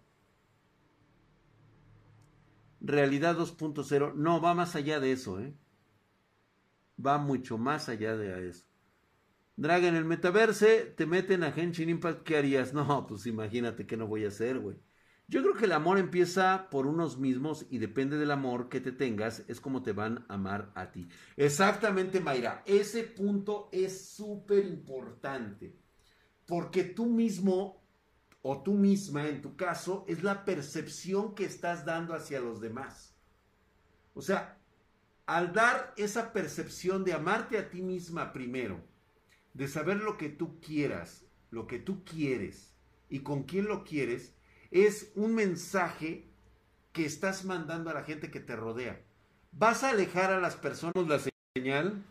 Realidad 2.0 no va más allá de eso, ¿eh? Va mucho más allá de eso. Drag, en el metaverse te meten a Genshin Impact, ¿qué harías? No, pues imagínate qué no voy a hacer, güey. Yo creo que el amor empieza por unos mismos y depende del amor que te tengas, es como te van a amar a ti. Exactamente, Mayra. Ese punto es súper importante. Porque tú mismo o tú misma, en tu caso, es la percepción que estás dando hacia los demás. O sea, al dar esa percepción de amarte a ti misma primero, de saber lo que tú quieras, lo que tú quieres y con quién lo quieres, es un mensaje que estás mandando a la gente que te rodea. ¿Vas a alejar a las personas la señal?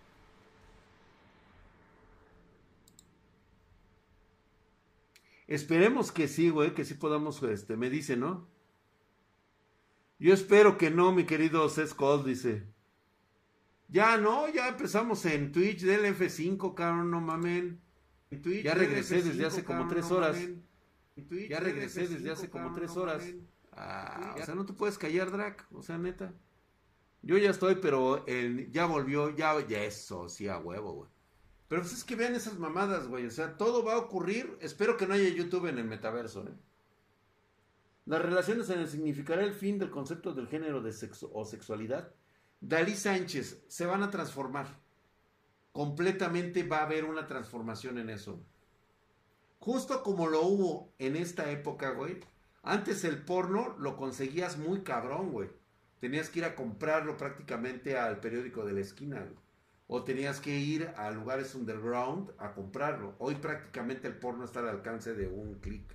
Esperemos que sí, güey, que sí podamos, me dice, ¿no? Yo espero que no, mi querido Cescol, dice. Ya, no, ya empezamos en Twitch del F5, cabrón, no mamen. En Twitch ya regresé desde hace como 3 horas. Ya regresé desde hace como 3 horas. Ah, o sea, no te puedes callar, Drac. O sea, neta. Yo ya estoy, pero ya volvió, ya eso, sí, a huevo, güey. Pero pues es que vean esas mamadas, güey. O sea, todo va a ocurrir. Espero que no haya YouTube en el metaverso, ¿eh? Las relaciones en el significará el fin del concepto del género de sexo o sexualidad. Dalí Sánchez, se van a transformar. Completamente va a haber una transformación en eso. Justo como lo hubo en esta época, güey. Antes el porno lo conseguías muy cabrón, güey. Tenías que ir a comprarlo prácticamente al periódico de la esquina, güey. O tenías que ir a lugares underground a comprarlo. Hoy prácticamente el porno está al alcance de un clic.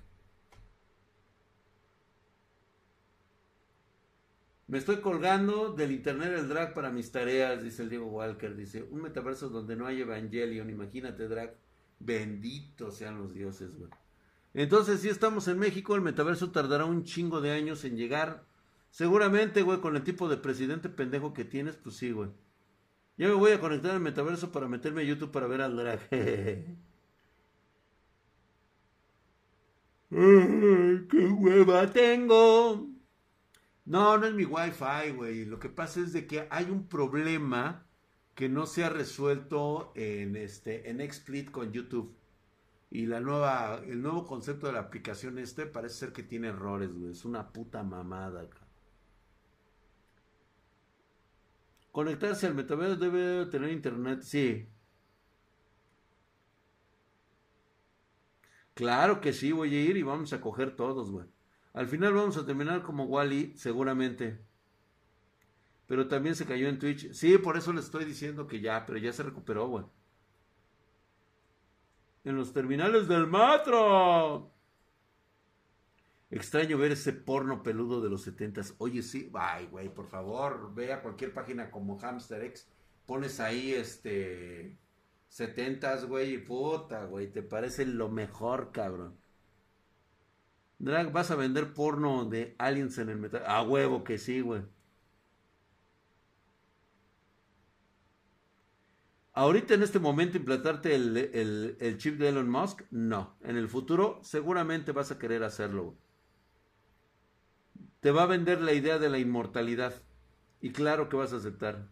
Me estoy colgando del internet del drag para mis tareas, dice el Diego Walker. Dice, un metaverso donde no hay Evangelion. Imagínate, drag. Benditos sean los dioses, güey. Entonces, si estamos en México, el metaverso tardará un chingo de años en llegar. Seguramente, güey, con el tipo de presidente pendejo que tienes, pues sí, güey. Ya me voy a conectar al metaverso para meterme a YouTube para ver al drag. ¡Qué hueva tengo! No, no es mi wifi, güey. Lo que pasa es de que hay un problema que no se ha resuelto en XSplit con YouTube. Y el nuevo concepto de la aplicación parece ser que tiene errores, güey. Es una puta mamada, cara. Conectarse al metaverso debe tener internet, sí. Claro que sí, voy a ir y vamos a coger todos, güey. Al final vamos a terminar como Wally, seguramente. Pero también se cayó en Twitch. Sí, por eso le estoy diciendo que ya, pero ya se recuperó, güey. En los terminales del metro. Extraño ver ese porno peludo de los 70s. Oye, sí, ay, güey, por favor, ve a cualquier página como Hamster X. Pones ahí 70s, güey, y puta, güey, te parece lo mejor, cabrón. Drag, vas a vender porno de aliens en el metal. A huevo que sí, güey. Ahorita en este momento implantarte el chip de Elon Musk, no. En el futuro seguramente vas a querer hacerlo, güey. Te va a vender la idea de la inmortalidad. Y claro que vas a aceptar.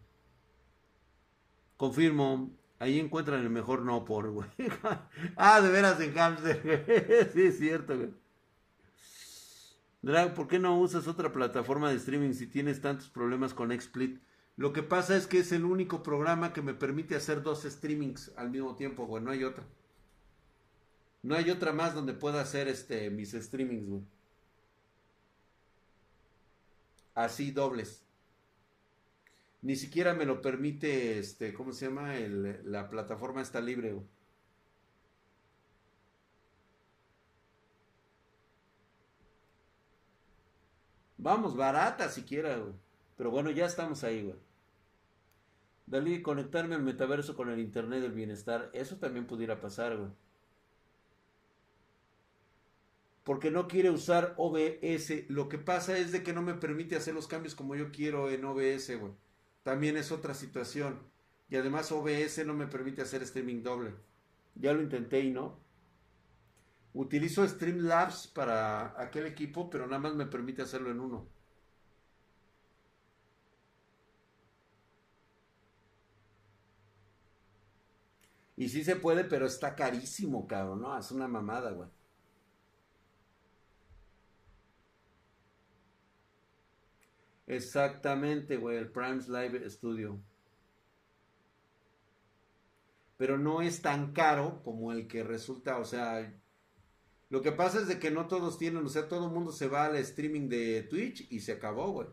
Confirmo. Ahí encuentran el mejor no por, güey. Ah, de veras en Hamster, güey. Sí, es cierto, güey. Drag, ¿por qué no usas otra plataforma de streaming si tienes tantos problemas con XSplit? Lo que pasa es que es el único programa que me permite hacer dos streamings al mismo tiempo, güey. No hay otra. No hay otra más donde pueda hacer mis streamings, güey. Así dobles. Ni siquiera me lo permite, ¿cómo se llama? La plataforma está libre, güey. Vamos, barata siquiera, güey. Pero bueno, ya estamos ahí, güey. Dalí, conectarme al metaverso con el internet del bienestar. Eso también pudiera pasar, güey. Porque no quiere usar OBS. Lo que pasa es de que no me permite hacer los cambios como yo quiero en OBS, güey. También es otra situación. Y además OBS no me permite hacer streaming doble. Ya lo intenté y no. Utilizo Streamlabs para aquel equipo, pero nada más me permite hacerlo en uno. Y sí se puede, pero está carísimo, cabrón, ¿no? Es una mamada, güey. Exactamente, güey, el Primes Live Studio. Pero no es tan caro como el que resulta, o sea, lo que pasa es de que no todos tienen, o sea, todo el mundo se va al streaming de Twitch y se acabó, güey.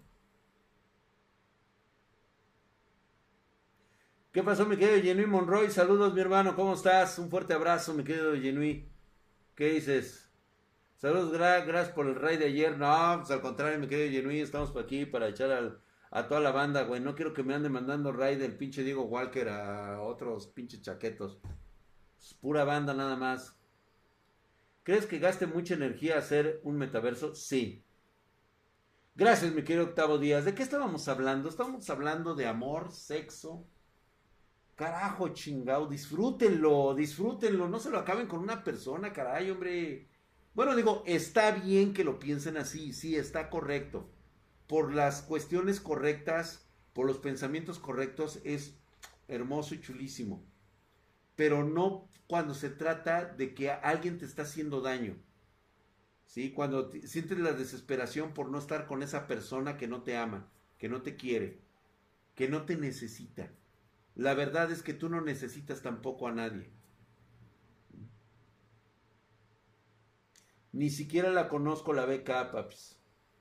¿Qué pasó, mi querido Jenui Monroy? Saludos, mi hermano, ¿cómo estás? Un fuerte abrazo, mi querido Jenui. ¿Qué dices? Saludos, gracias por el raid de ayer. No, pues al contrario, mi querido Jenui, estamos por aquí para echar a toda la banda, güey. No quiero que me ande mandando raid del pinche Diego Walker a otros pinches chaquetos. Es pura banda nada más. ¿Crees que gaste mucha energía hacer un metaverso? Sí. Gracias, mi querido Octavo Díaz. ¿De qué estábamos hablando? Estábamos hablando de amor, sexo. Carajo, chingado, disfrútenlo, disfrútenlo, no se lo acaben con una persona, caray, hombre. Bueno, digo, está bien que lo piensen así, sí, está correcto. Por las cuestiones correctas, por los pensamientos correctos, es hermoso y chulísimo. Pero no cuando se trata de que alguien te está haciendo daño. ¿Sí? Cuando sientes la desesperación por no estar con esa persona que no te ama, que no te quiere, que no te necesita. La verdad es que tú no necesitas tampoco a nadie. Ni siquiera la conozco la beca, paps.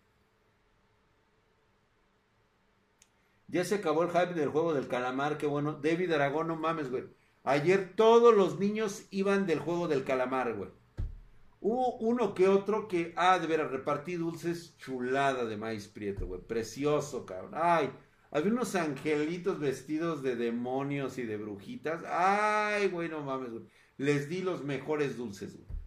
Ya se acabó el hype del juego del calamar, qué bueno. David Aragón, no mames, güey. Ayer todos los niños iban del juego del calamar, güey. Hubo uno que otro que, de veras, repartí dulces, chulada de maíz prieto, güey. Precioso, cabrón. Ay, había unos angelitos vestidos de demonios y de brujitas. Ay, güey, no mames, güey. Les di los mejores dulces, güey.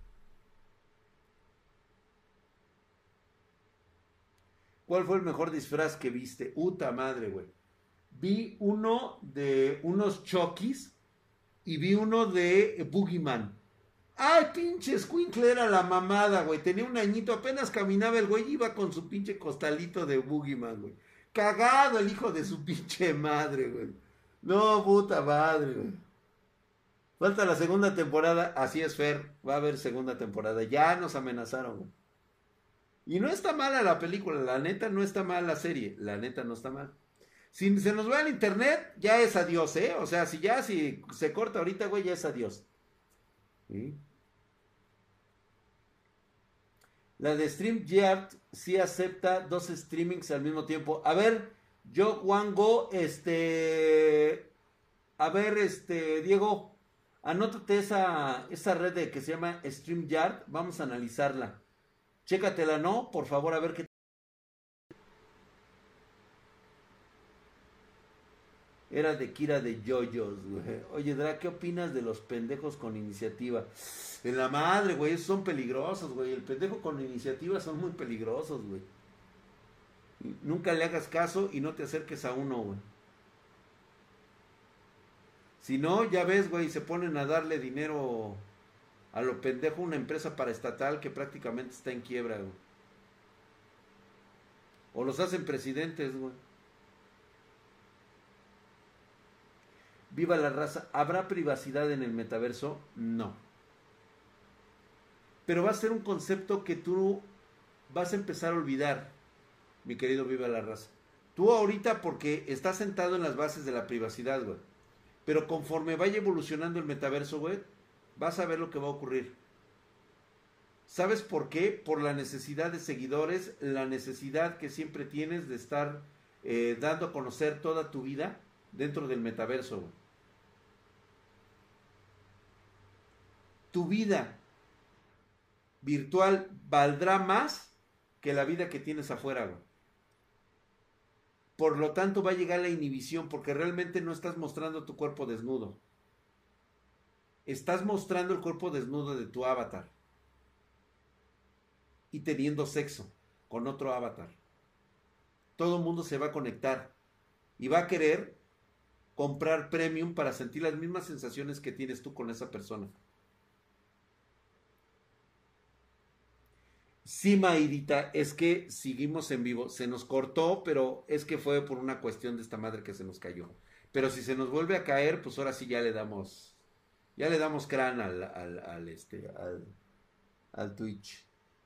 ¿Cuál fue el mejor disfraz que viste? Uta madre, güey. Vi uno de unos Chokis y vi uno de Boogeyman. Ay, pinche Squinkle era la mamada, güey. Tenía un añito, apenas caminaba el güey, iba con su pinche costalito de Boogeyman, güey. Cagado el hijo de su pinche madre, güey. No, puta madre, güey. Falta la segunda temporada, así es, Fer. Va a haber segunda temporada. Ya nos amenazaron, güey. Y no está mala la película, la neta no está mal la serie, la neta no está mal. Si se nos va el internet, ya es adiós, ¿eh? O sea, si se corta ahorita, güey, ya es adiós. ¿Sí? La de StreamYard sí acepta dos streamings al mismo tiempo. A ver, yo, Wango, a ver, Diego, anótate esa red de que se llama StreamYard, vamos a analizarla. Chécatela, ¿no? Por favor, a ver qué. Era de Kira de Yoyos, güey. Oye, Dra, ¿qué opinas de los pendejos con iniciativa? En la madre, güey, esos son peligrosos, güey. El pendejo con iniciativa son muy peligrosos, güey. Nunca le hagas caso y no te acerques a uno, güey. Si no, ya ves, güey, se ponen a darle dinero a lo pendejo a una empresa paraestatal que prácticamente está en quiebra, güey. O los hacen presidentes, güey. Viva la raza. ¿Habrá privacidad en el metaverso? No. Pero va a ser un concepto que tú vas a empezar a olvidar, mi querido Viva la raza. Tú ahorita porque estás sentado en las bases de la privacidad, güey. Pero conforme vaya evolucionando el metaverso, güey, vas a ver lo que va a ocurrir. ¿Sabes por qué? Por la necesidad de seguidores, la necesidad que siempre tienes de estar dando a conocer toda tu vida dentro del metaverso, güey. Tu vida virtual valdrá más que la vida que tienes afuera, güey. Por lo tanto, va a llegar la inhibición porque realmente no estás mostrando tu cuerpo desnudo. Estás mostrando el cuerpo desnudo de tu avatar y teniendo sexo con otro avatar. Todo el mundo se va a conectar y va a querer comprar premium para sentir las mismas sensaciones que tienes tú con esa persona. Sí, Maidita, es que seguimos en vivo. Se nos cortó, pero es que fue por una cuestión de esta madre que se nos cayó. Pero si se nos vuelve a caer, pues ahora sí ya le damos crán al Twitch.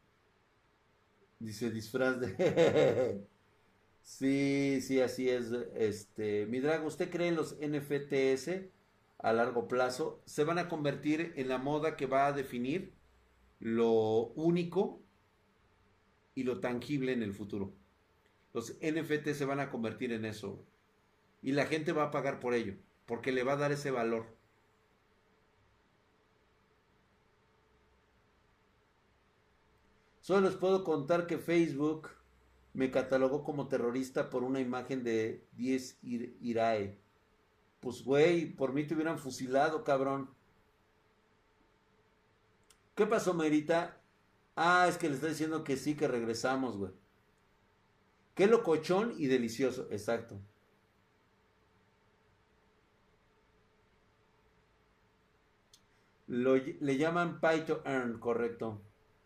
Dice disfraz de... Sí, sí, así es. Mi Drago, ¿usted cree en los NFTs a largo plazo? ¿Se van a convertir en la moda que va a definir lo único y lo tangible en el futuro? Los NFT se van a convertir en eso. Y la gente va a pagar por ello, porque le va a dar ese valor. Solo les puedo contar que Facebook me catalogó como terrorista por una imagen de 10 Irae. Pues güey, por mí te hubieran fusilado, cabrón. ¿Qué pasó, Merita? Ah, es que le está diciendo que sí, que regresamos, güey. Qué locochón y delicioso, exacto. Le llaman Pay to Earn, correcto.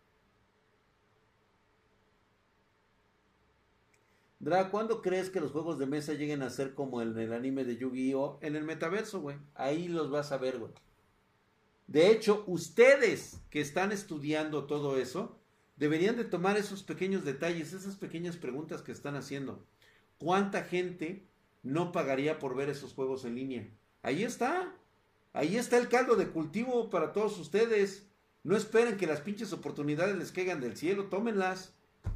Dra, ¿cuándo crees que los juegos de mesa lleguen a ser como en el anime de Yu-Gi-Oh? En el metaverso, güey. Ahí los vas a ver, güey. De hecho, ustedes que están estudiando todo eso, deberían de tomar esos pequeños detalles, esas pequeñas preguntas que están haciendo. ¿Cuánta gente no pagaría por ver esos juegos en línea? Ahí está. Ahí está el caldo de cultivo para todos ustedes. No esperen que las pinches oportunidades les caigan del cielo, tómenlas.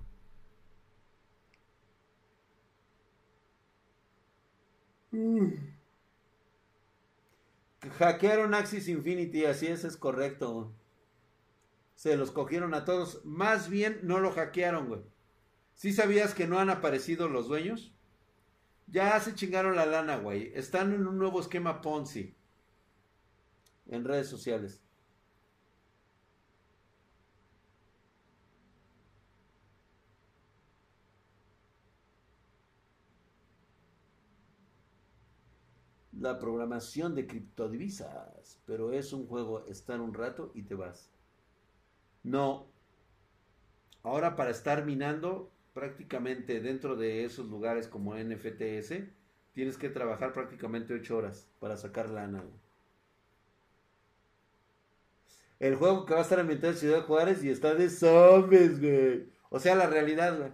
Hackearon Axis Infinity, así es correcto. Se los cogieron a todos. Más bien no lo hackearon, güey. ¿Sí sabías que no han aparecido los dueños? Ya se chingaron la lana, güey. Están en un nuevo esquema Ponzi en redes sociales. La programación de criptodivisas. Pero es un juego, estar un rato y te vas. No. Ahora para estar minando prácticamente dentro de esos lugares como NFTS, tienes que trabajar prácticamente 8 horas para sacar lana, güey. El juego que va a estar ambientado en Ciudad Juárez y está de zombies, güey. O sea, la realidad, güey.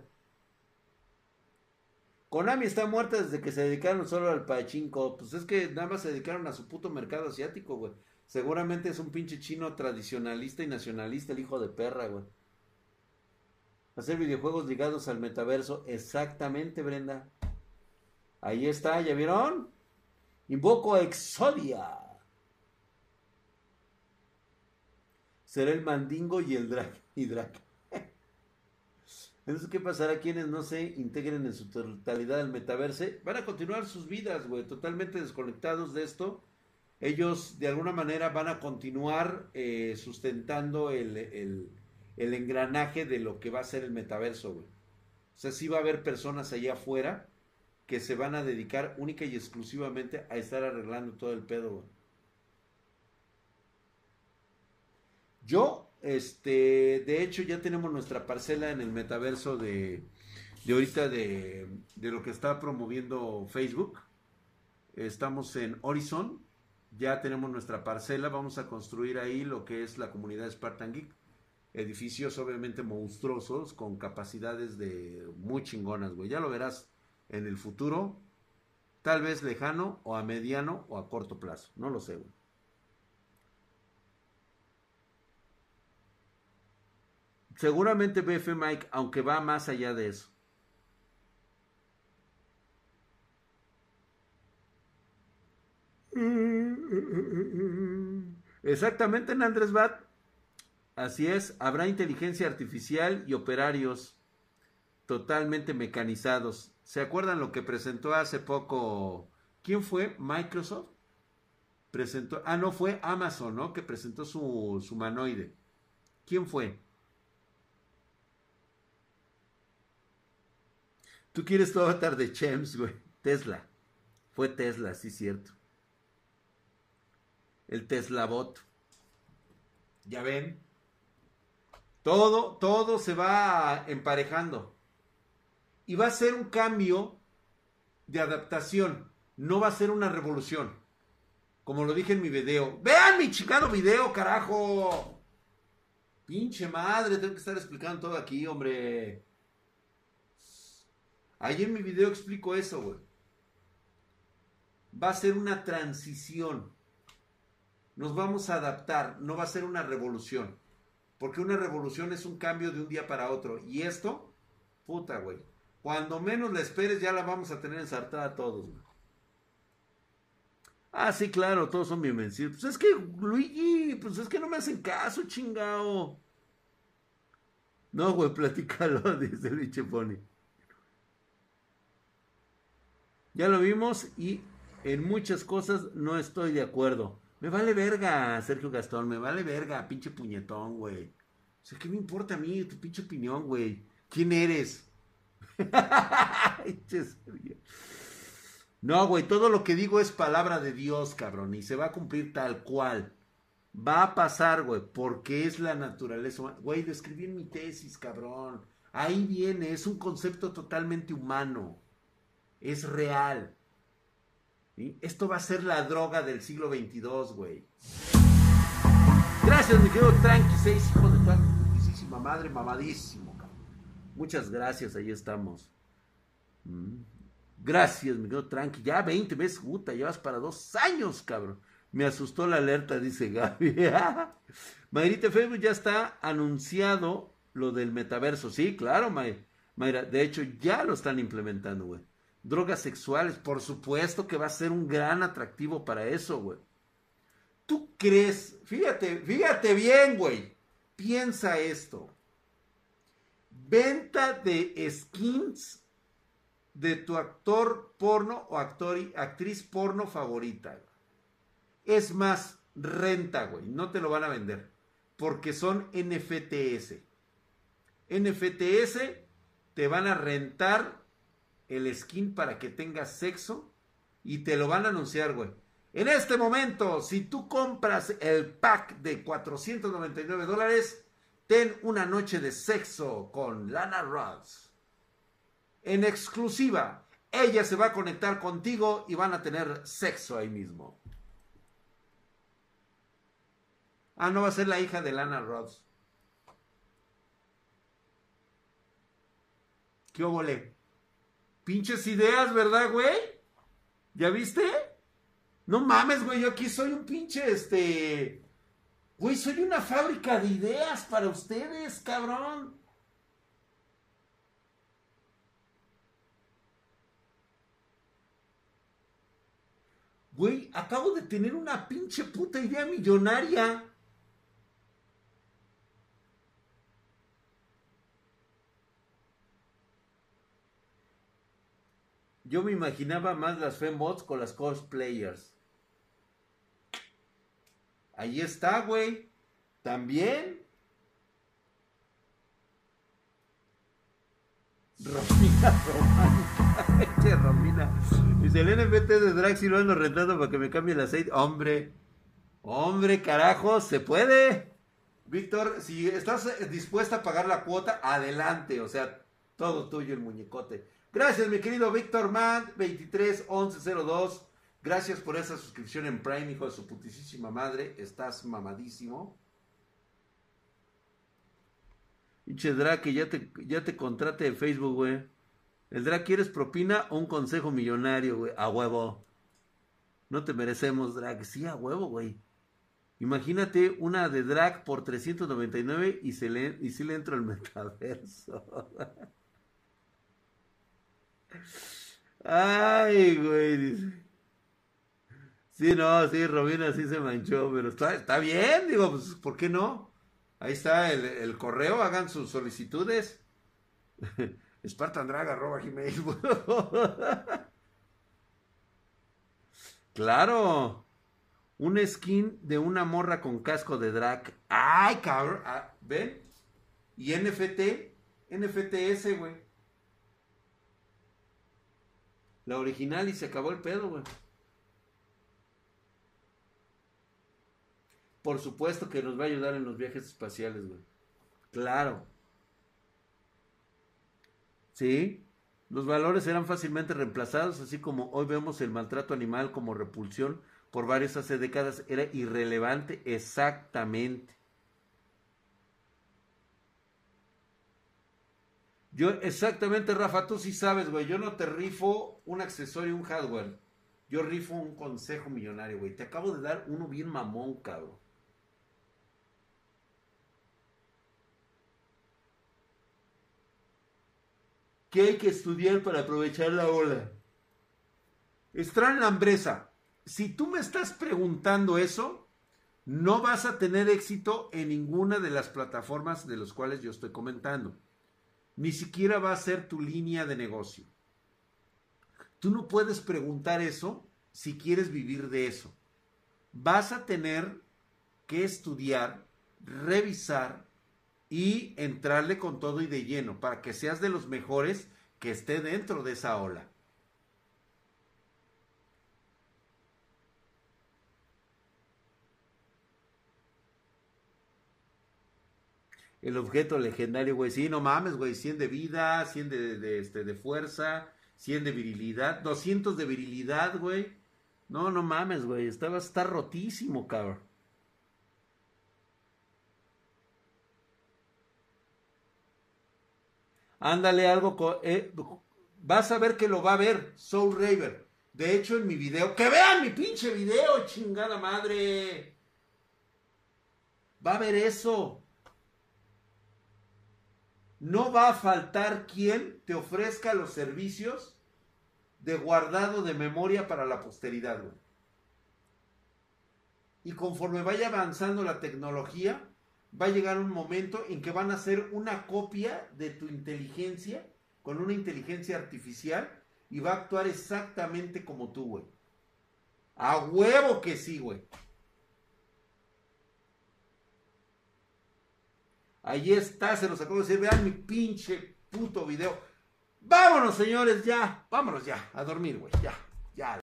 Konami está muerta desde que se dedicaron solo al pachinko. Pues es que nada más se dedicaron a su puto mercado asiático, güey. Seguramente es un pinche chino tradicionalista y nacionalista, el hijo de perra, güey. Hacer videojuegos ligados al metaverso. Exactamente, Brenda. Ahí está, ¿ya vieron? Invoco a Exodia. Será el mandingo y el drag. Y drag. Entonces, ¿qué pasará? Quienes no se integren en su totalidad al metaverso van a continuar sus vidas, güey, totalmente desconectados de esto. Ellos de alguna manera van a continuar sustentando el engranaje de lo que va a ser el metaverso, güey. O sea, sí va a haber personas allá afuera que se van a dedicar única y exclusivamente a estar arreglando todo el pedo, güey. De hecho, ya tenemos nuestra parcela en el metaverso de ahorita de lo que está promoviendo Facebook. Estamos en Horizon, ya tenemos nuestra parcela, vamos a construir ahí lo que es la comunidad Spartan Geek. Edificios obviamente monstruosos con capacidades de muy chingonas, güey. Ya lo verás en el futuro, tal vez lejano o a mediano o a corto plazo, no lo sé, güey. Seguramente BF Mike, aunque va más allá de eso. Exactamente, en Andrés Bat. Así es, habrá inteligencia artificial y operarios totalmente mecanizados. ¿Se acuerdan lo que presentó hace poco? ¿Quién fue? ¿Microsoft? Presentó, no, fue Amazon, ¿no? Que presentó su humanoide. ¿Quién fue? Tú quieres tu avatar de Chems, güey. Tesla. Fue Tesla, sí, cierto. El Tesla Bot. Ya ven. Todo se va emparejando. Y va a ser un cambio de adaptación. No va a ser una revolución. Como lo dije en mi video. ¡Vean mi chingado video, carajo! Pinche madre, tengo que estar explicando todo aquí, hombre. Ahí en mi video explico eso, güey. Va a ser una transición. Nos vamos a adaptar. No va a ser una revolución. Porque una revolución es un cambio de un día para otro. Y esto, puta, güey. Cuando menos la esperes, ya la vamos a tener ensartada a todos, güey. Ah, sí, claro, todos son bienvenidos. Pues es que, Luigi, pues es que no me hacen caso, chingao. No, güey, platícalo, dice Luigi Pony. Ya lo vimos y en muchas cosas no estoy de acuerdo. Me vale verga, Sergio Gastón, me vale verga, pinche puñetón, güey. O sea, ¿qué me importa a mí tu pinche opinión, güey? ¿Quién eres? No, güey, todo lo que digo es palabra de Dios, cabrón, y se va a cumplir tal cual. Va a pasar, güey, porque es la naturaleza humana. Güey, lo escribí en mi tesis, cabrón. Ahí viene, es un concepto totalmente humano. Es real. ¿Sí? Esto va a ser la droga del siglo XXII, güey. Gracias, mi querido Tranqui 6, hijo de tu putísima madre, mamadísimo, cabrón. Muchas gracias, ahí estamos. Gracias, mi querido Tranqui. Ya 20 meses, puta, llevas para 2 años, cabrón. Me asustó la alerta, dice Gaby. Mayrita, Facebook ya está anunciado lo del metaverso. Sí, claro, Mayra. De hecho, ya lo están implementando, güey. Drogas sexuales, por supuesto que va a ser un gran atractivo para eso, güey. ¿Tú crees? Fíjate bien, güey. Piensa esto. Venta de skins de tu actor porno o actriz porno favorita, güey. Es más, renta, güey. No te lo van a vender. Porque son NFTs. NFTs te van a rentar el skin para que tengas sexo. Y te lo van a anunciar, güey. En este momento, si tú compras el pack de $499, ten una noche de sexo con Lana Rhoades. En exclusiva. Ella se va a conectar contigo y van a tener sexo ahí mismo. Ah, no va a ser la hija de Lana Rhoades. ¿Qué óvole? Pinches ideas, ¿verdad, güey? ¿Ya viste? No mames, güey, yo aquí soy un pinche, güey, soy una fábrica de ideas para ustedes, cabrón. Güey, acabo de tener una pinche puta idea millonaria. Yo me imaginaba más las fembots con las cosplayers. Ahí está, güey. También. Romina Román. Che, Romina. Dice el NFT de drag si lo ando rentando para que me cambie el aceite. Hombre, carajo, se puede. Víctor, si estás dispuesta a pagar la cuota, adelante. O sea, todo tuyo el muñecote. Gracias, mi querido Víctor Man, 231102. Gracias por esa suscripción en Prime, hijo de su putísima madre. Estás mamadísimo. Pinche Drake, que ya te contrate de Facebook, güey. ¿El Drake quieres propina o un consejo millonario, güey? A huevo. No te merecemos, Drake. Sí, a huevo, güey. Imagínate una de drag por 399 y si le entro al metaverso. Ay, güey. Dice. Sí, no, sí, Robina sí se manchó, pero está bien, digo, pues, ¿por qué no? Ahí está el correo, hagan sus solicitudes. Spartandrag@gmail. Claro. Un skin de una morra con casco de drag. Ay, cabrón. ¿Ven? Y NFTs, güey. La original y se acabó el pedo, güey. Por supuesto que nos va a ayudar en los viajes espaciales, güey. Claro. Sí. Los valores eran fácilmente reemplazados, así como hoy vemos el maltrato animal como repulsión por varios hace décadas, era irrelevante exactamente. Yo, exactamente, Rafa, tú sí sabes, güey. Yo no te rifo un accesorio, un hardware. Yo rifo un consejo millonario, güey. Te acabo de dar uno bien mamón, cabrón. ¿Qué hay que estudiar para aprovechar la ola? Strand Lambresa, si tú me estás preguntando eso, no vas a tener éxito en ninguna de las plataformas de las cuales yo estoy comentando. Ni siquiera va a ser tu línea de negocio. Tú no puedes preguntar eso si quieres vivir de eso. Vas a tener que estudiar, revisar y entrarle con todo y de lleno para que seas de los mejores que esté dentro de esa ola. El objeto legendario, güey. Sí, no mames, güey. 100 de vida, 100 de fuerza, 100 de virilidad, 200 de virilidad, güey. No, no mames, güey. Está rotísimo, cabrón. Ándale algo. Vas a ver que lo va a ver Soul Raver. De hecho, en mi video. ¡Que vean mi pinche video, chingada madre! Va a ver eso. No va a faltar quien te ofrezca los servicios de guardado de memoria para la posteridad, güey. Y conforme vaya avanzando la tecnología, va a llegar un momento en que van a hacer una copia de tu inteligencia con una inteligencia artificial y va a actuar exactamente como tú, güey. A huevo que sí, güey. Ahí está, se los acabo de decir. Vean mi pinche puto video. Vámonos, señores, ya. Vámonos ya. A dormir, güey. Ya. Ya.